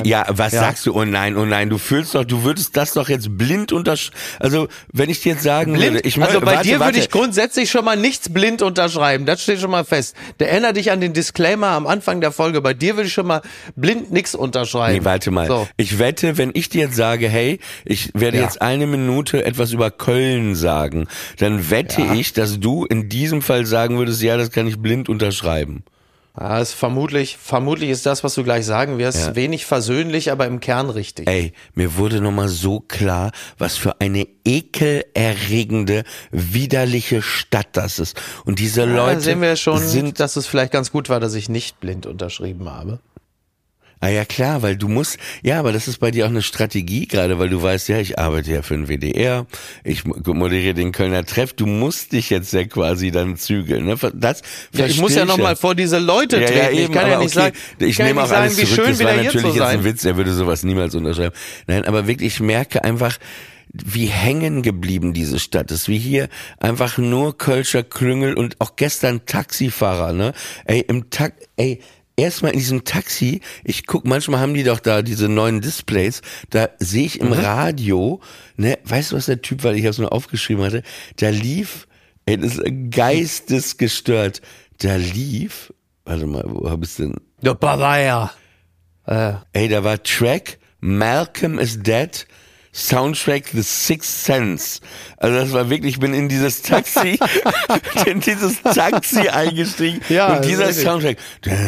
was Ja. sagst du? Oh nein, oh nein, du fühlst doch, du würdest das doch jetzt blind untersch... Also, wenn ich dir jetzt sagen Blind? würde... Ich, also bei warte, dir warte. würde ich grundsätzlich schon mal nichts blind unterschreiben. Das steht schon mal fest. Der erinnert dich an den Disclaimer am Anfang der Folge. Bei dir würde ich schon mal blind nichts unterschreiben. Nee, warte mal. So. Ich wette, wenn ich dir jetzt sage, hey, ich werde Ja. jetzt eine Minute etwas über Köln sagen, dann wette Ja. ich, dass du in diesem Fall sagen würdest, ja, das kann ich blind unterschreiben. Ja, ist vermutlich, vermutlich ist das, was du gleich sagen wirst, Ja. wenig versöhnlich, aber im Kern richtig. Ey, mir wurde nochmal so klar, was für eine ekelerregende, widerliche Stadt das ist. Und diese Ja, Leute da sehen wir schon, sind... dass es vielleicht ganz gut war, dass ich nicht blind unterschrieben habe. Ah ja, klar, weil du musst, ja, aber das ist bei dir auch eine Strategie, gerade weil du weißt, ja, ich arbeite ja für den W D R, ich moderiere den Kölner Treff, du musst dich jetzt ja quasi dann zügeln. Ne? Das Ja, ich muss ja nochmal vor diese Leute ja, treten. ja, eben, ich kann ja aber nicht okay. sagen, ich kann nehme ja auch nicht alles sagen, wie zurück, schön das wieder war hier zu natürlich jetzt sein. ein Witz, er würde sowas niemals unterschreiben. Nein, aber wirklich, ich merke einfach, wie hängen geblieben diese Stadt ist, wie hier einfach nur Kölscher Klüngel und auch gestern Taxifahrer, ne? Ey, im Tak, ey, erstmal in diesem Taxi, ich guck, manchmal haben die doch da diese neuen Displays, da sehe ich im Mhm. Radio, ne, weißt du was der Typ, weil ich es nur aufgeschrieben hatte, da lief, ey, das ist geistesgestört, da lief, warte mal, wo hab ich's denn? Der Bavaria. Äh, Ey, da war Track, Malcolm is Dead, Soundtrack The Sixth Sense. Also das war wirklich, ich bin in dieses Taxi, in dieses Taxi eingestiegen Ja, und dieser richtig. Soundtrack,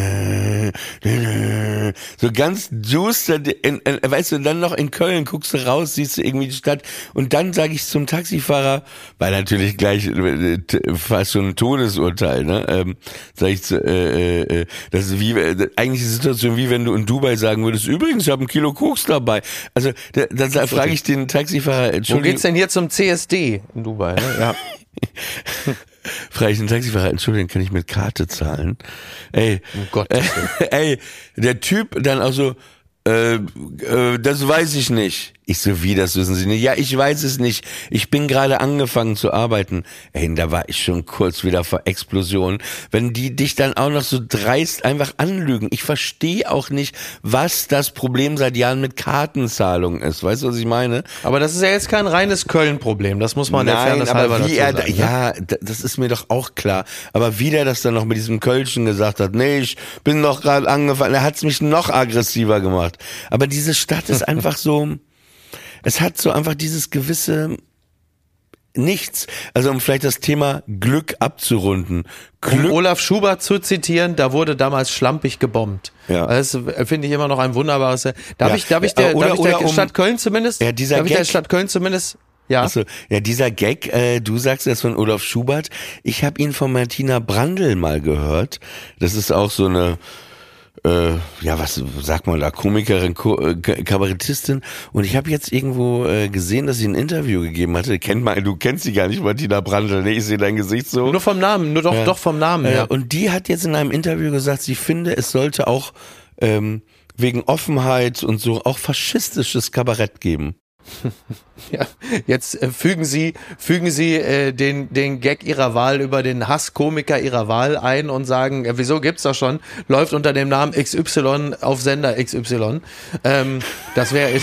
so ganz duster, in, in, weißt du, dann noch in Köln guckst du raus, siehst du irgendwie die Stadt und dann sage ich zum Taxifahrer, weil natürlich gleich äh, t- fast schon ein Todesurteil, ne, ähm, sag ich, zu, äh, äh, das ist wie, äh, eigentlich die Situation wie wenn du in Dubai sagen würdest, übrigens, ich habe ein Kilo Koks dabei. Also da, da, da frage ich den Taxifahrer, wo Entschuldigung, geht's denn hier zum C S D in Dubai? Ne? Ja. frage ich den Taxifahrer, Entschuldigung, kann ich mit Karte zahlen? Ey, Um Gottes Willen. ey, der Typ dann auch so, äh, äh, das weiß ich nicht. Ich so, wie, das wissen Sie nicht? Ja, ich weiß es nicht. Ich bin gerade angefangen zu arbeiten. Ey, da war ich schon kurz wieder vor Explosion. Wenn die dich dann auch noch so dreist einfach anlügen. Ich verstehe auch nicht, was das Problem seit Jahren mit Kartenzahlung ist. Weißt du, was ich meine? Aber das ist ja jetzt kein reines Köln-Problem. Das muss man der Fairness halber aber dazu wie er, sagen. ne? ja, d- das ist mir doch auch klar. Aber wie der das dann noch mit diesem Kölschen gesagt hat, nee, ich bin noch gerade angefangen, er hat's mich noch aggressiver gemacht. Aber diese Stadt ist einfach so, es hat so einfach dieses gewisse Nichts. Also um vielleicht das Thema Glück abzurunden. Um Glück, Olaf Schubert zu zitieren, da wurde damals schlampig gebombt. Ja. Das finde ich immer noch ein wunderbares. Darf Ja. ich, darf ich der, Oder- darf ich der oder um- Stadt Köln zumindest? Ja, dieser darf ich der Gag- Stadt Köln zumindest? Ja. Achso, ja, dieser Gag, äh, du sagst das von Olaf Schubert. Ich habe ihn von Martina Brandl mal gehört. Das ist auch so eine, äh, ja, was sagt man da, Komikerin, Ko äh, Kabarettistin. Und ich habe jetzt irgendwo äh, gesehen, dass sie ein Interview gegeben hatte. Kennt man, du kennst sie gar nicht, Martina Brandl. Ne? Ich sehe dein Gesicht so. Nur vom Namen, nur doch, Ja. doch vom Namen, Äh, ja. Und die hat jetzt in einem Interview gesagt, sie finde, es sollte auch ähm, wegen Offenheit und so auch faschistisches Kabarett geben. Ja, jetzt äh, fügen Sie, fügen Sie äh, den den Gag Ihrer Wahl über den Hasskomiker Ihrer Wahl ein und sagen, äh, wieso gibt's das schon? Läuft unter dem Namen X Y auf Sender X Y. Ähm, das wäre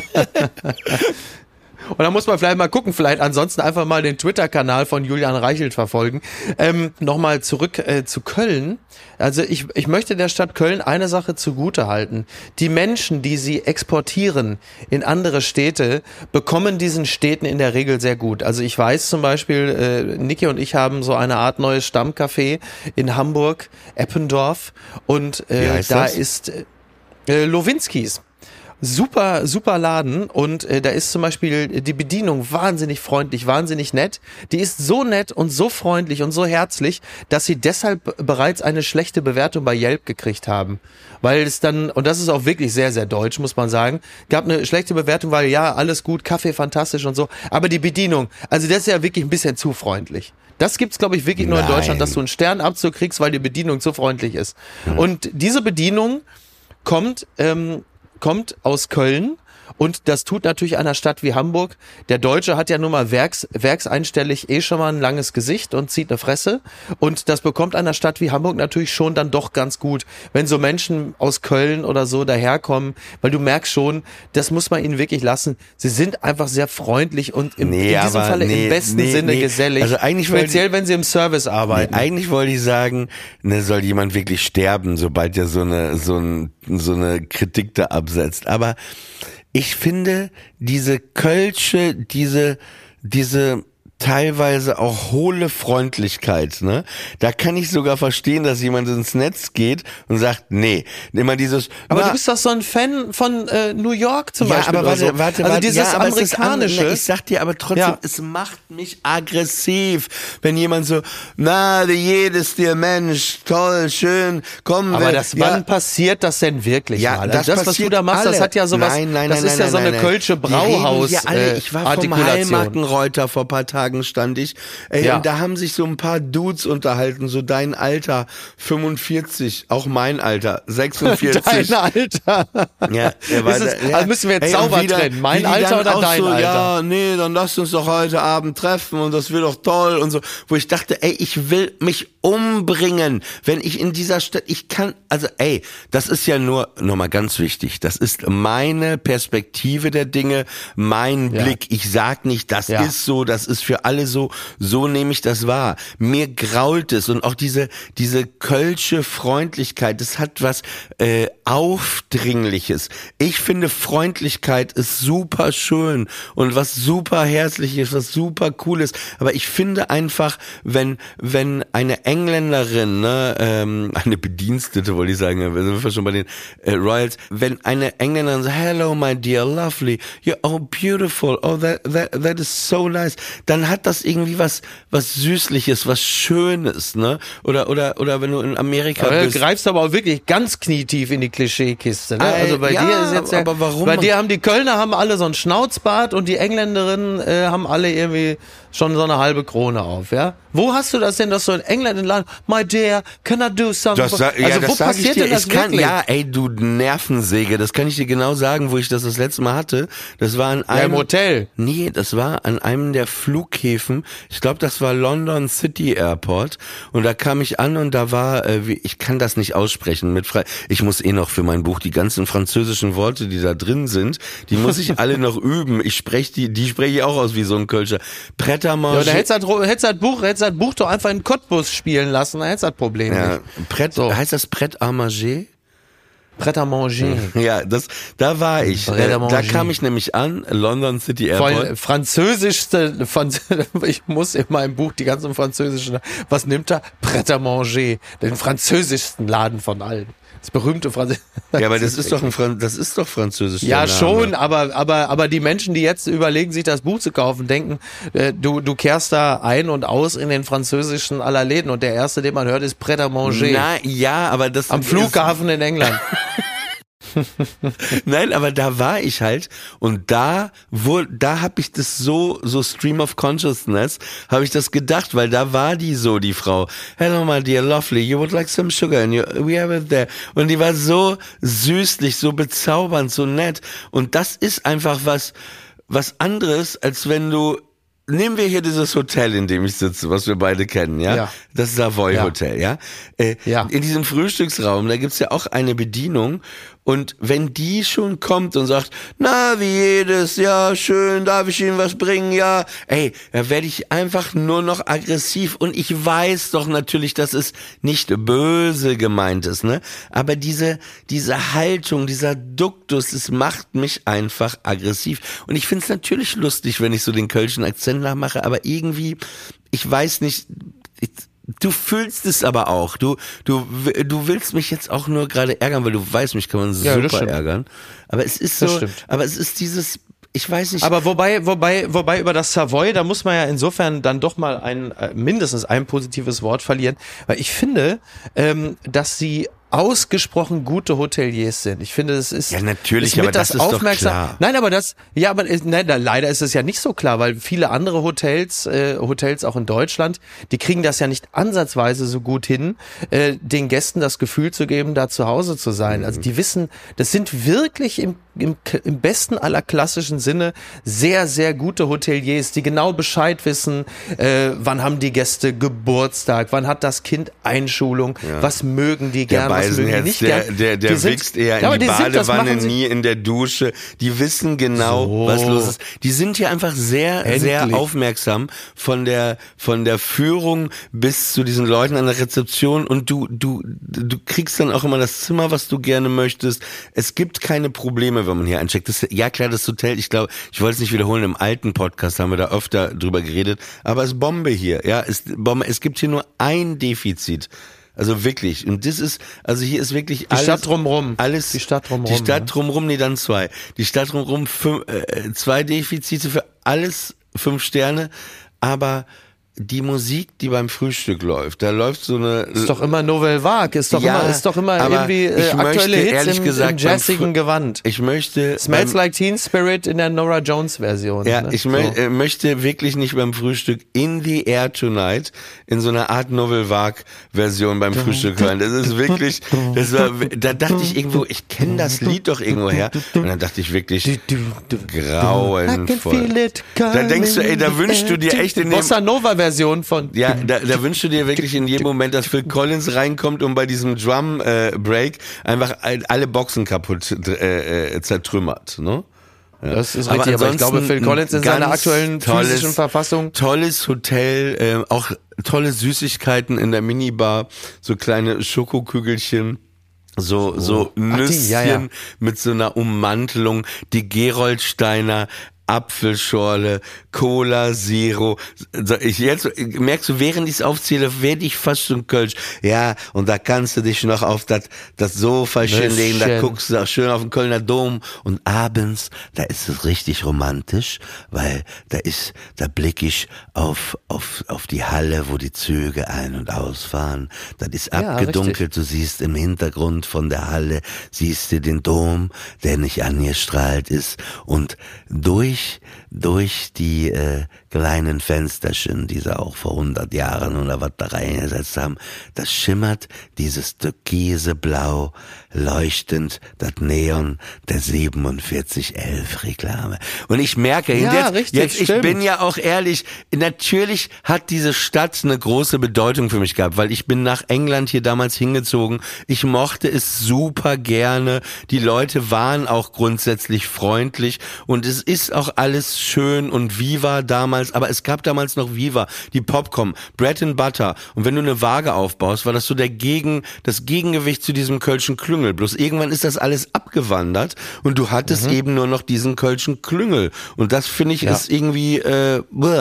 Und da muss man vielleicht mal gucken, vielleicht ansonsten einfach mal den Twitter-Kanal von Julian Reichelt verfolgen. Ähm, Nochmal zurück äh, zu Köln. Also ich, ich möchte der Stadt Köln eine Sache zugute halten. Die Menschen, die sie exportieren in andere Städte, bekommen diesen Städten in der Regel sehr gut. Also ich weiß zum Beispiel, äh, Niki und ich haben so eine Art neues Stammcafé in Hamburg, Eppendorf. Und Wie äh, heißt da das? ist äh, Lowinskis. Super, super Laden und äh, da ist zum Beispiel die Bedienung wahnsinnig freundlich, wahnsinnig nett. Die ist so nett und so freundlich und so herzlich, dass sie deshalb bereits eine schlechte Bewertung bei Yelp gekriegt haben. Weil es dann, und das ist auch wirklich sehr, sehr deutsch, muss man sagen, gab eine schlechte Bewertung, weil ja, alles gut, Kaffee fantastisch und so, aber die Bedienung, also das ist ja wirklich ein bisschen zu freundlich. Das gibt's, glaube ich, wirklich nur in Nein. Deutschland, dass du einen Sternabzug kriegst, weil die Bedienung zu freundlich ist. Und diese Bedienung kommt, ähm, kommt aus Köln Und das tut natürlich einer Stadt wie Hamburg. Der Deutsche hat ja nun mal werks, werkseinstellig eh schon mal ein langes Gesicht und zieht eine Fresse. Und das bekommt einer Stadt wie Hamburg natürlich schon dann doch ganz gut, wenn so Menschen aus Köln oder so daherkommen, weil du merkst schon, das muss man ihnen wirklich lassen. Sie sind einfach sehr freundlich und im, nee, in diesem aber, Falle nee, im besten nee, Sinne nee. gesellig. Also eigentlich speziell, wenn sie im Service arbeiten. Nee, eigentlich wollte ich sagen, ne, soll jemand wirklich sterben, sobald er so eine, so ein, so eine Kritik da absetzt. Aber ich finde, diese Kölsche, diese, diese teilweise auch hohle Freundlichkeit, ne? Da kann ich sogar verstehen, dass jemand ins Netz geht und sagt, nee, immer dieses. Aber na, du bist doch so ein Fan von äh, New York zum ja, Beispiel. aber warte, oder so. warte, also warte, dieses ja, aber amerikanische. Es ist an, ich sag dir aber trotzdem, Ja. es macht mich aggressiv, wenn jemand so, na, jedes dir Mensch, toll, schön, komm. Aber wir, das, ja, wann passiert das denn wirklich Ja, mal? das Also das, was du passiert da machst, alle. das hat ja sowas, Nein, nein, das nein, ist nein, ja so nein, eine nein. Kölsche Die reden Brauhaus hier alle. äh, Ich war vom Artikulation. Heilmarkenreuter, vor paar Tagen stand ich, ey, Ja. und da haben sich so ein paar Dudes unterhalten, so dein Alter, fünfundvierzig, auch mein Alter, sechsundvierzig. Dein Alter. Ja, er war Ist es, da, ja. also müssen wir jetzt Ey, sauber und wieder, trennen. Mein wie die Alter dann oder auch dein so, Alter? Ja, nee, dann lasst uns doch heute Abend treffen und das wird doch toll und so. Wo ich dachte, ey, ich will mich umbringen, wenn ich in dieser Stadt, ich kann, also ey, das ist ja nur, nochmal ganz wichtig, das ist meine Perspektive der Dinge, mein Ja. Blick. Ich sag nicht, das Ja. ist so, das ist für alle so, so nehme ich das wahr. Mir grault es und auch diese, diese kölsche Freundlichkeit, das hat was äh, Aufdringliches. Ich finde, Freundlichkeit ist super schön und was super herzliches, was super cooles. Aber ich finde einfach, wenn wenn eine Engländerin, ne, ähm, eine Bedienstete, wollte ich sagen, wir sind schon bei den äh, Royals, wenn eine Engländerin sagt, hello my dear, lovely, you're oh beautiful, oh that that that is so nice, dann hat das irgendwie was was Süßliches, was Schönes, ne? Oder oder oder wenn du in Amerika Aber du bist. greifst aber auch wirklich ganz knietief in die Klischeekiste. Ne? Äh, Also bei ja, dir ist jetzt ja, aber warum? bei dir haben die Kölner haben alle so ein Schnauzbart und die Engländerinnen äh, haben alle irgendwie schon so eine halbe Krone auf, ja? Wo hast du das denn, dass so in England in Land, my dear, can I do something? Das, sa- also ja, wo das sag ich passiert dir, denn das ich kann, wirklich? ja, ey, du Nervensäge, das kann ich dir genau sagen, wo ich das das letzte Mal hatte. Das war an Ja, im einem Hotel. Nee, das war an einem der Flughäfen. Ich glaube, das war London City Airport. Und da kam ich an und da war, äh, wie, ich kann das nicht aussprechen mit frei. Ich muss eh noch für mein Buch die ganzen französischen Worte, die da drin sind, die muss ich alle noch üben. Ich spreche die, die spreche ich auch aus wie so ein Kölscher. Pret-à-manger. Ja, da hättest du das, hättest du das Buch, hättest du das Buch doch einfach in Cottbus spielen lassen, da hättest du das Problem Ja, nicht. Pret, So. heißt das Pret-à-manger? Prêt à manger. Ja, das, da war ich. Prêt à Äh, manger. Da kam ich nämlich an, London City Vor Airport. allem französischste, Franz ich muss in meinem Buch die ganzen französischen, was nimmt er? Prêt à manger, den französischsten Laden von allen. Das berühmte Franz Ja, aber das ist doch ein Fran das ist doch französisch. Ja, der Name. schon, aber, aber, aber die Menschen, die jetzt überlegen, sich das Buch zu kaufen, denken, äh, du, du kehrst da ein und aus in den französischen aller Läden und der erste, den man hört, ist Prêt à manger. Na, ja, aber das Am ist- Flughafen in England. Nein, aber da war ich halt und da wurde, da habe ich das so, so Stream of Consciousness, habe ich das gedacht, weil da war die so, die Frau. Hello my dear, lovely, you would like some sugar and you, we have it there. Und die war so süßlich, so bezaubernd, so nett. Und das ist einfach was, was anderes, als wenn du Nehmen wir hier dieses Hotel, in dem ich sitze, was wir beide kennen, ja? Ja. Das Savoy Ja. Hotel, ja? Äh, Ja. In diesem Frühstücksraum, da gibt's ja auch eine Bedienung und wenn die schon kommt und sagt, na, wie jedes, ja, schön, darf ich Ihnen was bringen, ja, ey, da werde ich einfach nur noch aggressiv und ich weiß doch natürlich, dass es nicht böse gemeint ist, ne? Aber diese, diese Haltung, dieser Duktus, das macht mich einfach aggressiv und ich find's natürlich lustig, wenn ich so den kölschen Akzent nachmache, aber irgendwie, ich weiß nicht, ich, du fühlst es aber auch. Du, du, du willst mich jetzt auch nur gerade ärgern, weil du weißt, mich kann man Ja, das super stimmt. ärgern. Aber es ist Das so, stimmt. aber es ist dieses, ich weiß nicht. Aber wobei, wobei, wobei über das Savoy, da muss man ja insofern dann doch mal ein, äh, mindestens ein positives Wort verlieren, weil ich finde, ähm, dass sie ausgesprochen gute Hoteliers sind. Ich finde, das ist ja natürlich, ist aber das, das ist doch aufmerksam. klar. Nein, aber das, ja, aber nein, leider ist es ja nicht so klar, weil viele andere Hotels, äh, Hotels auch in Deutschland, die kriegen das ja nicht ansatzweise so gut hin, äh, den Gästen das Gefühl zu geben, da zu Hause zu sein. Also die wissen, das sind wirklich im Im, im besten aller klassischen Sinne sehr, sehr gute Hoteliers, die genau Bescheid wissen, äh, wann haben die Gäste Geburtstag, wann hat das Kind Einschulung, ja. was mögen die gern, was mögen die nicht der, gern. Der, der, der wichst eher ja, in die, die Badewanne, sind, nie in der Dusche. Die wissen genau, so. was los ist. Die sind hier einfach sehr, Endlich. sehr aufmerksam von der, von der Führung bis zu diesen Leuten an der Rezeption und du, du, du kriegst dann auch immer das Zimmer, was du gerne möchtest. Es gibt keine Probleme, wenn man hier eincheckt. Das, ja klar, das Hotel, ich glaube, ich wollte es nicht wiederholen, im alten Podcast haben wir da öfter drüber geredet, aber es ist Bombe hier, ja, es, Bombe, es gibt hier nur ein Defizit. Also wirklich. Und das ist, also hier ist wirklich die alles. Die Stadt drumrum. Alles. Die Stadt drumrum. Die Stadt drumrum, nee, dann zwei. Die Stadt drumrum, fünf, äh, zwei Defizite für alles, fünf Sterne, aber die Musik, die beim Frühstück läuft, da läuft so eine... Ist doch immer Nouvelle Vague, ist doch ja, immer, ist doch immer irgendwie äh, aktuelle Hits im, gesagt, im jazzigen Gewand. Ich möchte... Smells Like Teen Spirit in der Nora Jones Version. Ja, ne? ich so. mö äh, möchte wirklich nicht beim Frühstück In the Air Tonight in so einer Art Nouvelle Vague Version beim Frühstück hören. Das ist wirklich, das war, da dachte ich irgendwo, ich kenne das Lied doch irgendwo her. Und dann dachte ich wirklich, grauenvoll. Da denkst du, ey, da wünschst du dir echt in dem... Bossa Nova Version. Von ja, da, da wünschst du dir wirklich in jedem Moment, dass Phil Collins reinkommt und bei diesem Drum äh, Break einfach alle Boxen kaputt äh, äh, zertrümmert, ne? Ja. Das ist richtig, aber, aber ich glaube, Phil Collins in seiner aktuellen tolles, physischen Verfassung. Tolles Hotel, äh, auch tolle Süßigkeiten in der Minibar, so kleine Schokokügelchen. So, so, so Nüsschen Ach, die, ja, ja. mit so einer Ummantelung, die Geroldsteiner Apfelschorle, Cola Zero. Ich jetzt merkst du, während ich es aufzähle, werde ich fast schon Kölsch. Ja, und da kannst du dich noch auf das das Sofa schön legen, da guckst du auch schön auf den Kölner Dom und abends, da ist es richtig romantisch, weil da ist, da blicke ich auf auf auf die Halle, wo die Züge ein- und ausfahren. Das ist abgedunkelt, ja, du siehst im Hintergrund von der Halle, siehst du den Dom, der nicht angestrahlt ist und durch durch die äh, kleinen Fensterchen, die sie auch vor hundert Jahren oder was da reingesetzt haben, das schimmert dieses türkise Blau, leuchtend, das Neon der siebenundvierzig elf Reklame. Und ich merke, ja, jetzt, richtig, jetzt ich stimmt. bin ja auch ehrlich, natürlich hat diese Stadt eine große Bedeutung für mich gehabt, weil ich bin nach England hier damals hingezogen. Ich mochte es super gerne. Die Leute waren auch grundsätzlich freundlich und es ist auch alles schön und Viva damals, aber es gab damals noch Viva, die Popcorn, Bread and Butter und wenn du eine Waage aufbaust, war das so der Gegen, das Gegengewicht zu diesem Kölschen Klüngel. Bloß irgendwann ist das alles abgewandert und du hattest mhm. eben nur noch diesen Kölschen Klüngel und das finde ich ja. ist irgendwie äh,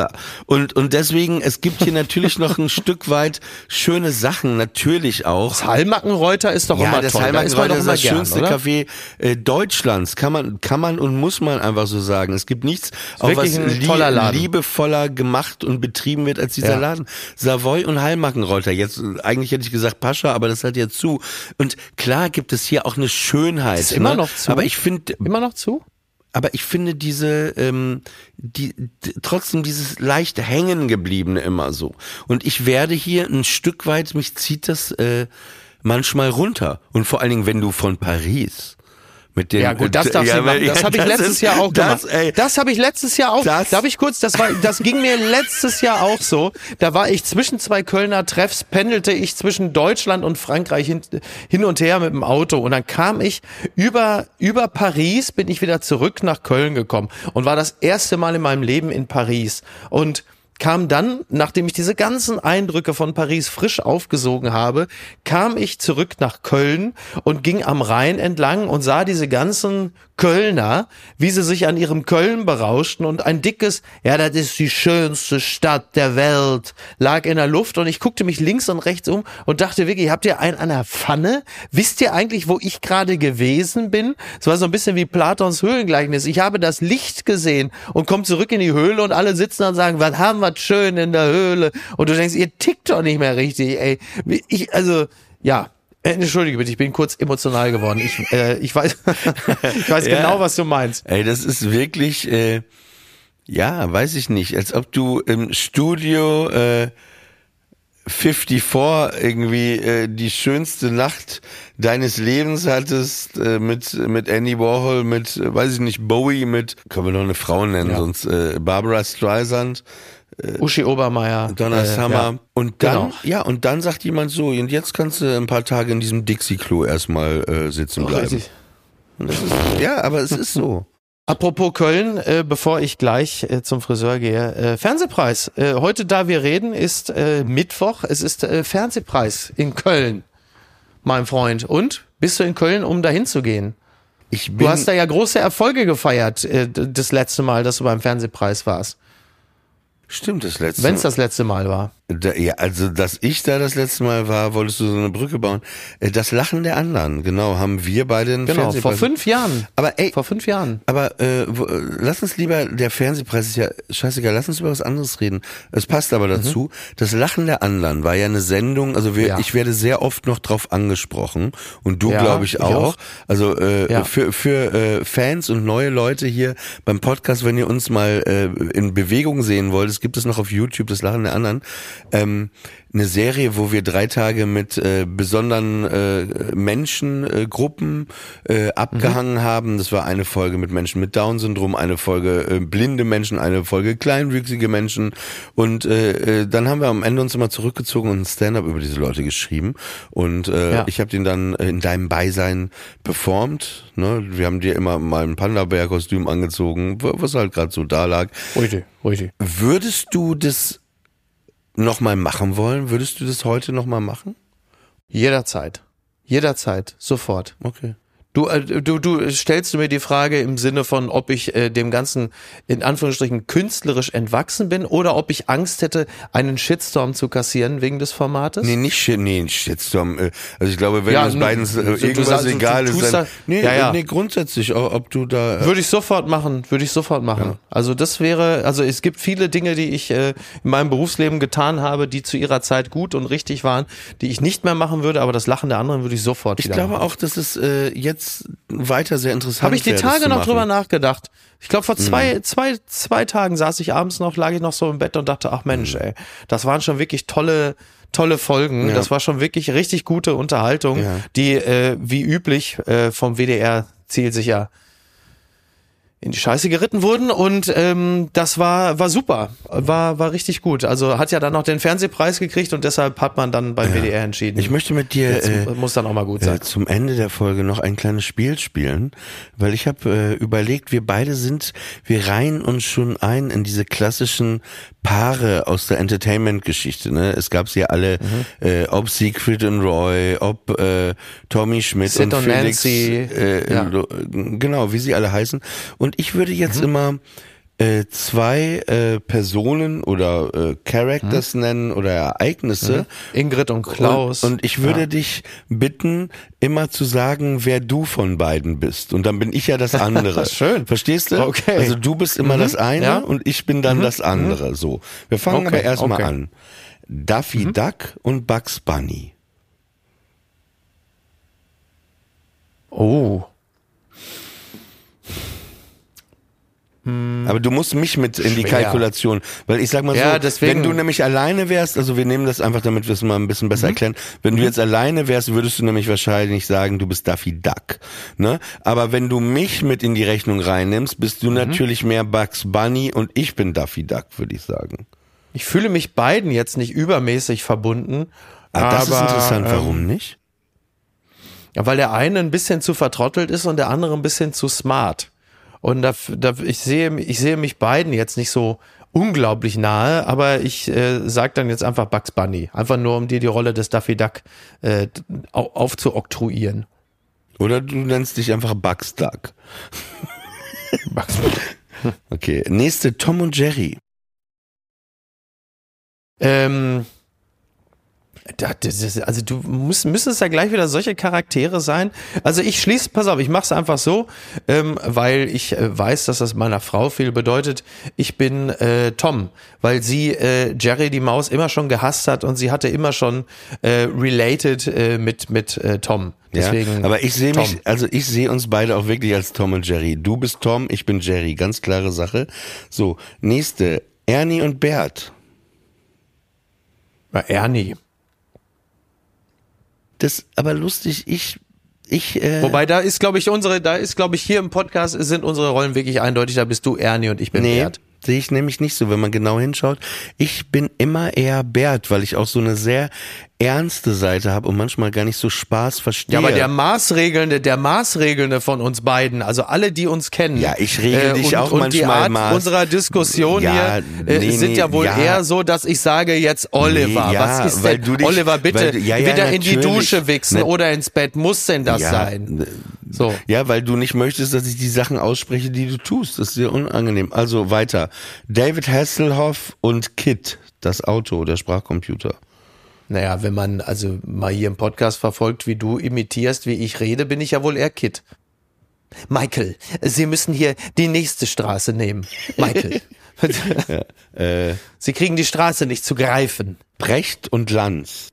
und und deswegen, es gibt hier natürlich noch ein Stück weit schöne Sachen, natürlich auch. Das Hallmackenreuter ist doch ja, immer das toll. Hallmackenreuter da ist das gern, schönste oder? Café äh, Deutschlands, kann man kann man und muss man einfach so sagen. Es gibt nichts, auch was lie liebevoller gemacht und betrieben wird als dieser ja. Laden. Savoy und Hallmackenreuter. Jetzt, eigentlich hätte ich gesagt Pascha, aber das hat ja zu. Und klar gibt es hier auch eine Schönheit. Ist immer ne? noch zu. Aber ich finde... Immer noch zu? Aber ich finde diese, ähm, die, die, trotzdem dieses leicht hängen gebliebene immer so. Und ich werde hier ein Stück weit, mich zieht das äh, manchmal runter. Und vor allen Dingen, wenn du von Paris... Mit den, ja gut, das darfst ja, du machen. Das ja, habe ich letztes ist, Jahr auch das, gemacht. Ey, das habe ich letztes Jahr auch. Das, Darf ich kurz, das war, das ging mir letztes Jahr auch so. Da war ich zwischen zwei Kölner Treffs, pendelte ich zwischen Deutschland und Frankreich hin, hin und her mit dem Auto. Und dann kam ich über, über Paris, bin ich wieder zurück nach Köln gekommen und war das erste Mal in meinem Leben in Paris. Und kam dann, nachdem ich diese ganzen Eindrücke von Paris frisch aufgesogen habe, kam ich zurück nach Köln und ging am Rhein entlang und sah diese ganzen Kölner, wie sie sich an ihrem Köln berauschten und ein dickes, ja, das ist die schönste Stadt der Welt, lag in der Luft und ich guckte mich links und rechts um und dachte wirklich, habt ihr einen an der Pfanne? Wisst ihr eigentlich, wo ich gerade gewesen bin? Es war so ein bisschen wie Platons Höhlengleichnis. Ich habe das Licht gesehen und komme zurück in die Höhle und alle sitzen da und sagen, was haben wir schön in der Höhle? Und du denkst, ihr tickt doch nicht mehr richtig, ey. Ich, also, ja. Äh, Entschuldige bitte, ich bin kurz emotional geworden. Ich, äh, ich weiß, ich weiß Ja. genau, was du meinst. Ey, das ist wirklich, äh, ja, weiß ich nicht, als ob du im Studio äh, vierundfünfzig irgendwie äh, die schönste Nacht deines Lebens hattest äh, mit mit Andy Warhol, mit, äh, weiß ich nicht, Bowie, mit, können wir noch eine Frau nennen, Ja. sonst äh, Barbara Streisand, Uschi Obermeier. Donna äh, Summer. ja. Und dann, Genau. ja, und dann sagt jemand so, und jetzt kannst du ein paar Tage in diesem Dixie-Klo erstmal äh, sitzen Oh, bleiben. richtig. Und das ist, ja, aber es ist so. Apropos Köln, äh, bevor ich gleich äh, zum Friseur gehe, äh, Fernsehpreis. Äh, heute, da wir reden, ist äh, Mittwoch. Es ist äh, Fernsehpreis in Köln, mein Freund. Und? Bist du in Köln, um dahin zu gehen? Ich bin, Du hast da ja große Erfolge gefeiert, äh, d- das letzte Mal, dass du beim Fernsehpreis warst. stimmt, das letzte Wenn es das letzte Mal war. Da, ja, also, dass ich da das letzte Mal war, wolltest du so eine Brücke bauen. Äh, Das Lachen der anderen, genau, haben wir beide einen Genau, vor Fernsehpreis. fünf Jahren. Aber ey, Vor fünf Jahren. aber äh, wo, äh, lass uns lieber, der Fernsehpreis ist ja scheißegal, lass uns über was anderes reden. Es passt aber dazu, das Lachen der anderen war ja eine Sendung, also wir, Ja. ich werde sehr oft noch drauf angesprochen und du Ja, glaube ich ich auch. auch. Also äh, Ja. für, für äh, Fans und neue Leute hier beim Podcast, wenn ihr uns mal äh, in Bewegung sehen wollt, es gibt es noch auf YouTube, das Lachen der anderen, ähm, eine Serie, wo wir drei Tage mit äh, besonderen äh, Menschengruppen äh, Gruppen, äh, abgehangen Mhm. haben. Das war eine Folge mit Menschen mit Down-Syndrom, eine Folge äh, blinde Menschen, eine Folge kleinwüchsige Menschen. Und äh, äh, dann haben wir am Ende uns immer zurückgezogen und ein Stand-up über diese Leute geschrieben. Und äh, Ja. ich habe den dann in deinem Beisein performt. Ne? Wir haben dir immer mal ein Panda-Bär-Kostüm angezogen, was halt gerade so da lag. Richtig, richtig. Würdest du das nochmal machen wollen? Würdest du das heute nochmal machen? Jederzeit. Jederzeit. Sofort. Okay. Du, äh, du, du stellst du mir die Frage im Sinne von, ob ich äh, dem Ganzen in Anführungsstrichen künstlerisch entwachsen bin oder ob ich Angst hätte, einen Shitstorm zu kassieren wegen des Formates? Nee, nicht Shit, nee, ein Shitstorm. äh, Also ich glaube, wenn Ja, uns nu- beiden äh, du- du irgendwas sagst, du- egal du ist, tust dann, da- nee, Ja, ja. nee, grundsätzlich, ob ob du da, äh, Würde ich sofort machen, würde ich sofort machen. Ja. Also das wäre, also es gibt viele Dinge, die ich äh, in meinem Berufsleben getan habe, die zu ihrer Zeit gut und richtig waren, die ich nicht mehr machen würde, aber das Lachen der anderen würde ich sofort ich wieder glaube machen. auch, dass es äh, jetzt weiter sehr interessant Habe ich die wäre, das Tage zu noch machen. drüber nachgedacht. Ich glaube, vor zwei, Mhm. zwei, zwei Tagen saß ich abends noch, lag ich noch so im Bett und dachte, ach Mensch, ey, das waren schon wirklich tolle, tolle Folgen. Ja. Das war schon wirklich richtig gute Unterhaltung, Ja. die äh, wie üblich äh, vom W D R zielsicher in die Scheiße geritten wurden und ähm, das war war super, war war richtig gut. Also hat ja dann noch den Fernsehpreis gekriegt und deshalb hat man dann beim W D R entschieden. Ich möchte mit dir Jetzt äh, muss dann auch mal gut sein. äh, zum Ende der Folge noch ein kleines Spiel spielen, weil ich habe äh, überlegt, wir beide sind, wir reihen uns schon ein in diese klassischen Paare aus der Entertainment-Geschichte. Ne? Es gab sie ja alle, Mhm. äh, ob Siegfried und Roy, ob äh, Tommy Schmidt Sid und und Felix, Nancy, äh, ja. Lo- genau, wie sie alle heißen. Und ich würde jetzt Mhm. immer äh, zwei äh, Personen oder äh, Characters Mhm. nennen oder Ereignisse. Ingrid und Klaus. Und, und ich würde Ja. dich bitten, immer zu sagen, wer du von beiden bist. Und dann bin ich ja das andere. Schön. Verstehst du? Okay. Also du bist immer Mhm. das eine Ja. und ich bin dann das andere. So. Wir fangen Okay, aber erstmal okay. an. Daffy Duck und Bugs Bunny. Oh. Aber du musst mich mit in die Schwer. Kalkulation, weil ich sag mal Ja, so, deswegen- wenn du nämlich alleine wärst, also wir nehmen das einfach, damit wir es mal ein bisschen besser erklären, wenn du jetzt alleine wärst, würdest du nämlich wahrscheinlich sagen, du bist Daffy Duck, ne? Aber wenn du mich mit in die Rechnung reinnimmst, bist du natürlich mehr Bugs Bunny und ich bin Daffy Duck, würde ich sagen. Ich fühle mich beiden jetzt nicht übermäßig verbunden. Ah, das aber, ist interessant, warum ähm, nicht? Ja, weil der eine ein bisschen zu vertrottelt ist und der andere ein bisschen zu smart. Und da, da, ich sehe, ich sehe mich beiden jetzt nicht so unglaublich nahe, aber ich äh, sag dann jetzt einfach Bugs Bunny. Einfach nur, um dir die Rolle des Daffy Duck äh, au- aufzuoktroyieren. Oder du nennst dich einfach Bugs Duck. Bugs Bunny. Okay, nächste Tom und Jerry. Ähm, Das, das ist, also du musst, müssen es ja gleich wieder solche Charaktere sein. Also ich schließe, pass auf, ich mache es einfach so, ähm, weil ich äh, weiß, dass das meiner Frau viel bedeutet. Ich bin äh, Tom, weil sie äh, Jerry die Maus immer schon gehasst hat und sie hatte immer schon äh, related äh, mit mit äh, Tom. Deswegen ja, aber ich sehe mich, Tom. also ich sehe uns beide auch wirklich als Tom und Jerry. Du bist Tom, ich bin Jerry, ganz klare Sache. So, nächste, Ernie und Bert. Ja, Ernie. Das aber lustig, ich ich äh Wobei da ist, glaube ich, unsere, da ist, glaube ich, hier im Podcast sind unsere Rollen wirklich eindeutig, da bist du Ernie und ich bin nee, Bert. Sehe ich nämlich nicht so, wenn man genau hinschaut. Ich bin immer eher Bert, weil ich auch so eine sehr ernste Seite habe und manchmal gar nicht so Spaß verstehe. Ja, aber der Maßregelnde, der Maßregelnde von uns beiden, also alle, die uns kennen. Ja, ich regel dich und, auch und manchmal die Art Maß. unserer Diskussion ja, hier äh, nee, sind nee, ja wohl ja. eher so, dass ich sage jetzt Oliver. Nee, ja, was ist weil denn? du dich, Oliver, bitte weil du, ja, ja, wieder in die natürlich. Dusche wichsen Ne, oder ins Bett. Muss denn das ja, sein? So. Ja, weil du nicht möchtest, dass ich die Sachen ausspreche, die du tust. Das ist dir unangenehm. Also weiter. David Hasselhoff und Kit, das Auto, der Sprachcomputer. Naja, wenn man also mal hier im Podcast verfolgt, wie du imitierst, wie ich rede, bin ich ja wohl eher Kit. Michael, Sie müssen hier die nächste Straße nehmen. Michael. ja, äh, Sie kriegen die Straße nicht zu greifen. Brecht und Lanz.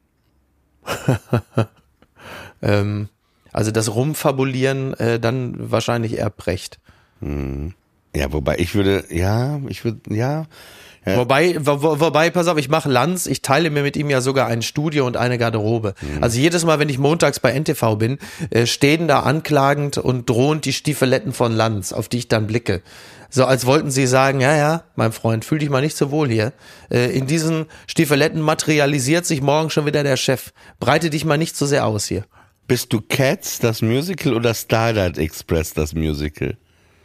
ähm, also das Rumfabulieren, äh, dann wahrscheinlich eher Brecht. Hm. Ja, wobei ich würde, ja, ich würde, ja... Ja. Wobei, wo, wo, wobei, pass auf, ich mache Lanz, ich teile mir mit ihm ja sogar ein Studio und eine Garderobe. Mhm. Also jedes Mal, wenn ich montags bei N T V bin, äh, stehen da anklagend und drohend die Stiefeletten von Lanz, auf die ich dann blicke. So als wollten sie sagen, ja, ja, mein Freund, fühl dich mal nicht so wohl hier. Äh, in diesen Stiefeletten materialisiert sich morgen schon wieder der Chef. Breite dich mal nicht so sehr aus hier. Bist du Cats, das Musical, oder Starlight Express, das Musical?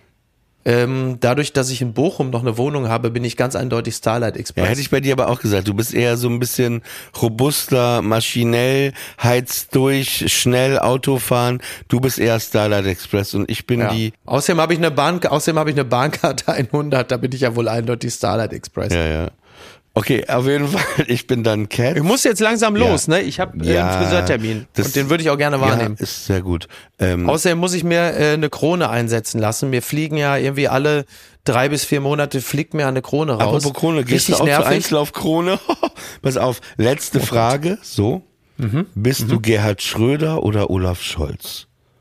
Ähm, dadurch, dass ich in Bochum noch eine Wohnung habe, bin ich ganz eindeutig Starlight Express. Ja, hätte ich bei dir aber auch gesagt. Du bist eher so ein bisschen robuster, maschinell, heizt durch, schnell Autofahren. Du bist eher Starlight Express und ich bin ja. die... Außerdem habe ich eine Bahn, außerdem habe ich eine Bahnkarte hundert, da bin ich ja wohl eindeutig Starlight Express. Ja, ja. Okay, auf jeden Fall, ich bin dann Cat. Ich muss jetzt langsam los, ja. ne? Ich habe äh, ja, einen Friseurtermin das, und den würde ich auch gerne wahrnehmen. Ja, ist sehr gut. Ähm, Außerdem muss ich mir äh, eine Krone einsetzen lassen. Mir fliegen ja irgendwie alle drei bis vier Monate fliegt mir eine Krone raus. Apropos Krone, gehst Richtig du auch nervig. zur Einschlaufkrone? Pass auf, letzte oh Frage, so. Mhm. Bist mhm. du Gerhard Schröder oder Olaf Scholz?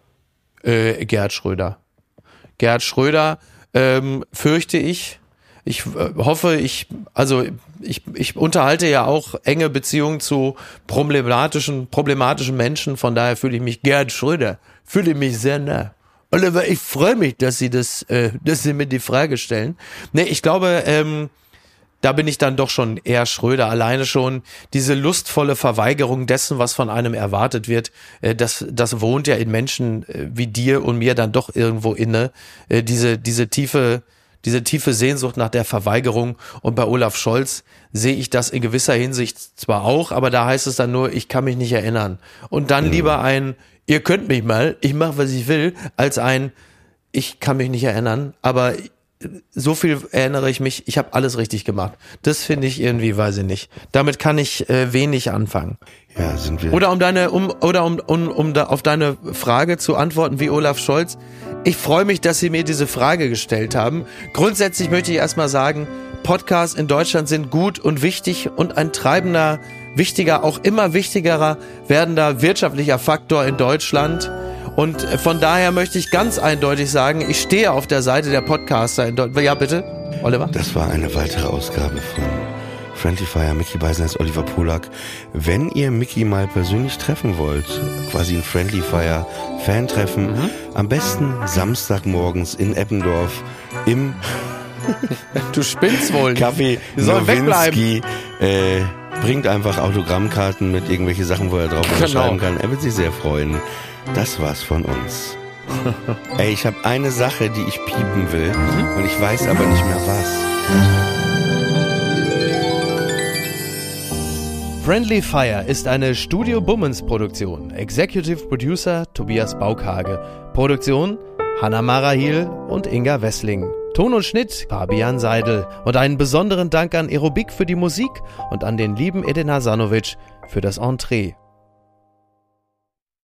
Äh, Gerhard Schröder. Gerhard Schröder, ähm, fürchte ich. Ich äh, hoffe, ich, also ich, ich unterhalte ja auch enge Beziehungen zu problematischen, problematischen Menschen, von daher fühle ich mich Gerhard Schröder, fühle mich sehr nah. Oliver, ich freue mich, dass Sie das, äh, dass Sie mir die Frage stellen. Nee, ich glaube, ähm, da bin ich dann doch schon eher Schröder. Alleine schon diese lustvolle Verweigerung dessen, was von einem erwartet wird, äh, das, das wohnt ja in Menschen äh, wie dir und mir dann doch irgendwo inne. Äh, diese, diese tiefe, diese tiefe Sehnsucht nach der Verweigerung. Und bei Olaf Scholz sehe ich das in gewisser Hinsicht zwar auch, aber da heißt es dann nur, ich kann mich nicht erinnern. Und dann mhm. lieber ein, ihr könnt mich mal, ich mache, was ich will, als ein, ich kann mich nicht erinnern, aber so viel erinnere ich mich, ich habe alles richtig gemacht. Das finde ich irgendwie, weiß ich nicht. Damit kann ich äh, wenig anfangen. Ja, sind wir. Oder um deine, um, oder um, um, um da auf deine Frage zu antworten wie Olaf Scholz. Ich freue mich, dass Sie mir diese Frage gestellt haben. Grundsätzlich möchte ich erstmal sagen, Podcasts in Deutschland sind gut und wichtig und ein treibender, wichtiger, auch immer wichtigerer werdender wirtschaftlicher Faktor in Deutschland. Und von daher möchte ich ganz eindeutig sagen, ich stehe auf der Seite der Podcaster in Deutschland. Ja, bitte, Oliver? Das war eine weitere Ausgabe von Friendly Fire, Micky Beisenherz, Oliver Polak. Wenn ihr Micky mal persönlich treffen wollt, quasi ein Friendly Fire Fan-Treffen, mhm. am besten Samstagmorgens in Eppendorf im Du spinnst wohl. Café Nowinski. Äh, bringt einfach Autogrammkarten mit irgendwelche Sachen, wo er drauf genau. schreiben kann. Er wird sich sehr freuen. Das war's von uns. Ey, ich habe eine Sache, die ich piepen will mhm. und ich weiß aber nicht mehr was. Friendly Fire ist eine Studio Bummens Produktion. Executive Producer Tobias Baukhage. Produktion Hanna Marahil und Inga Wessling. Ton und Schnitt Fabian Seidel. Und einen besonderen Dank an Aerobik für die Musik und an den lieben Edin Hasanovic für das Entree.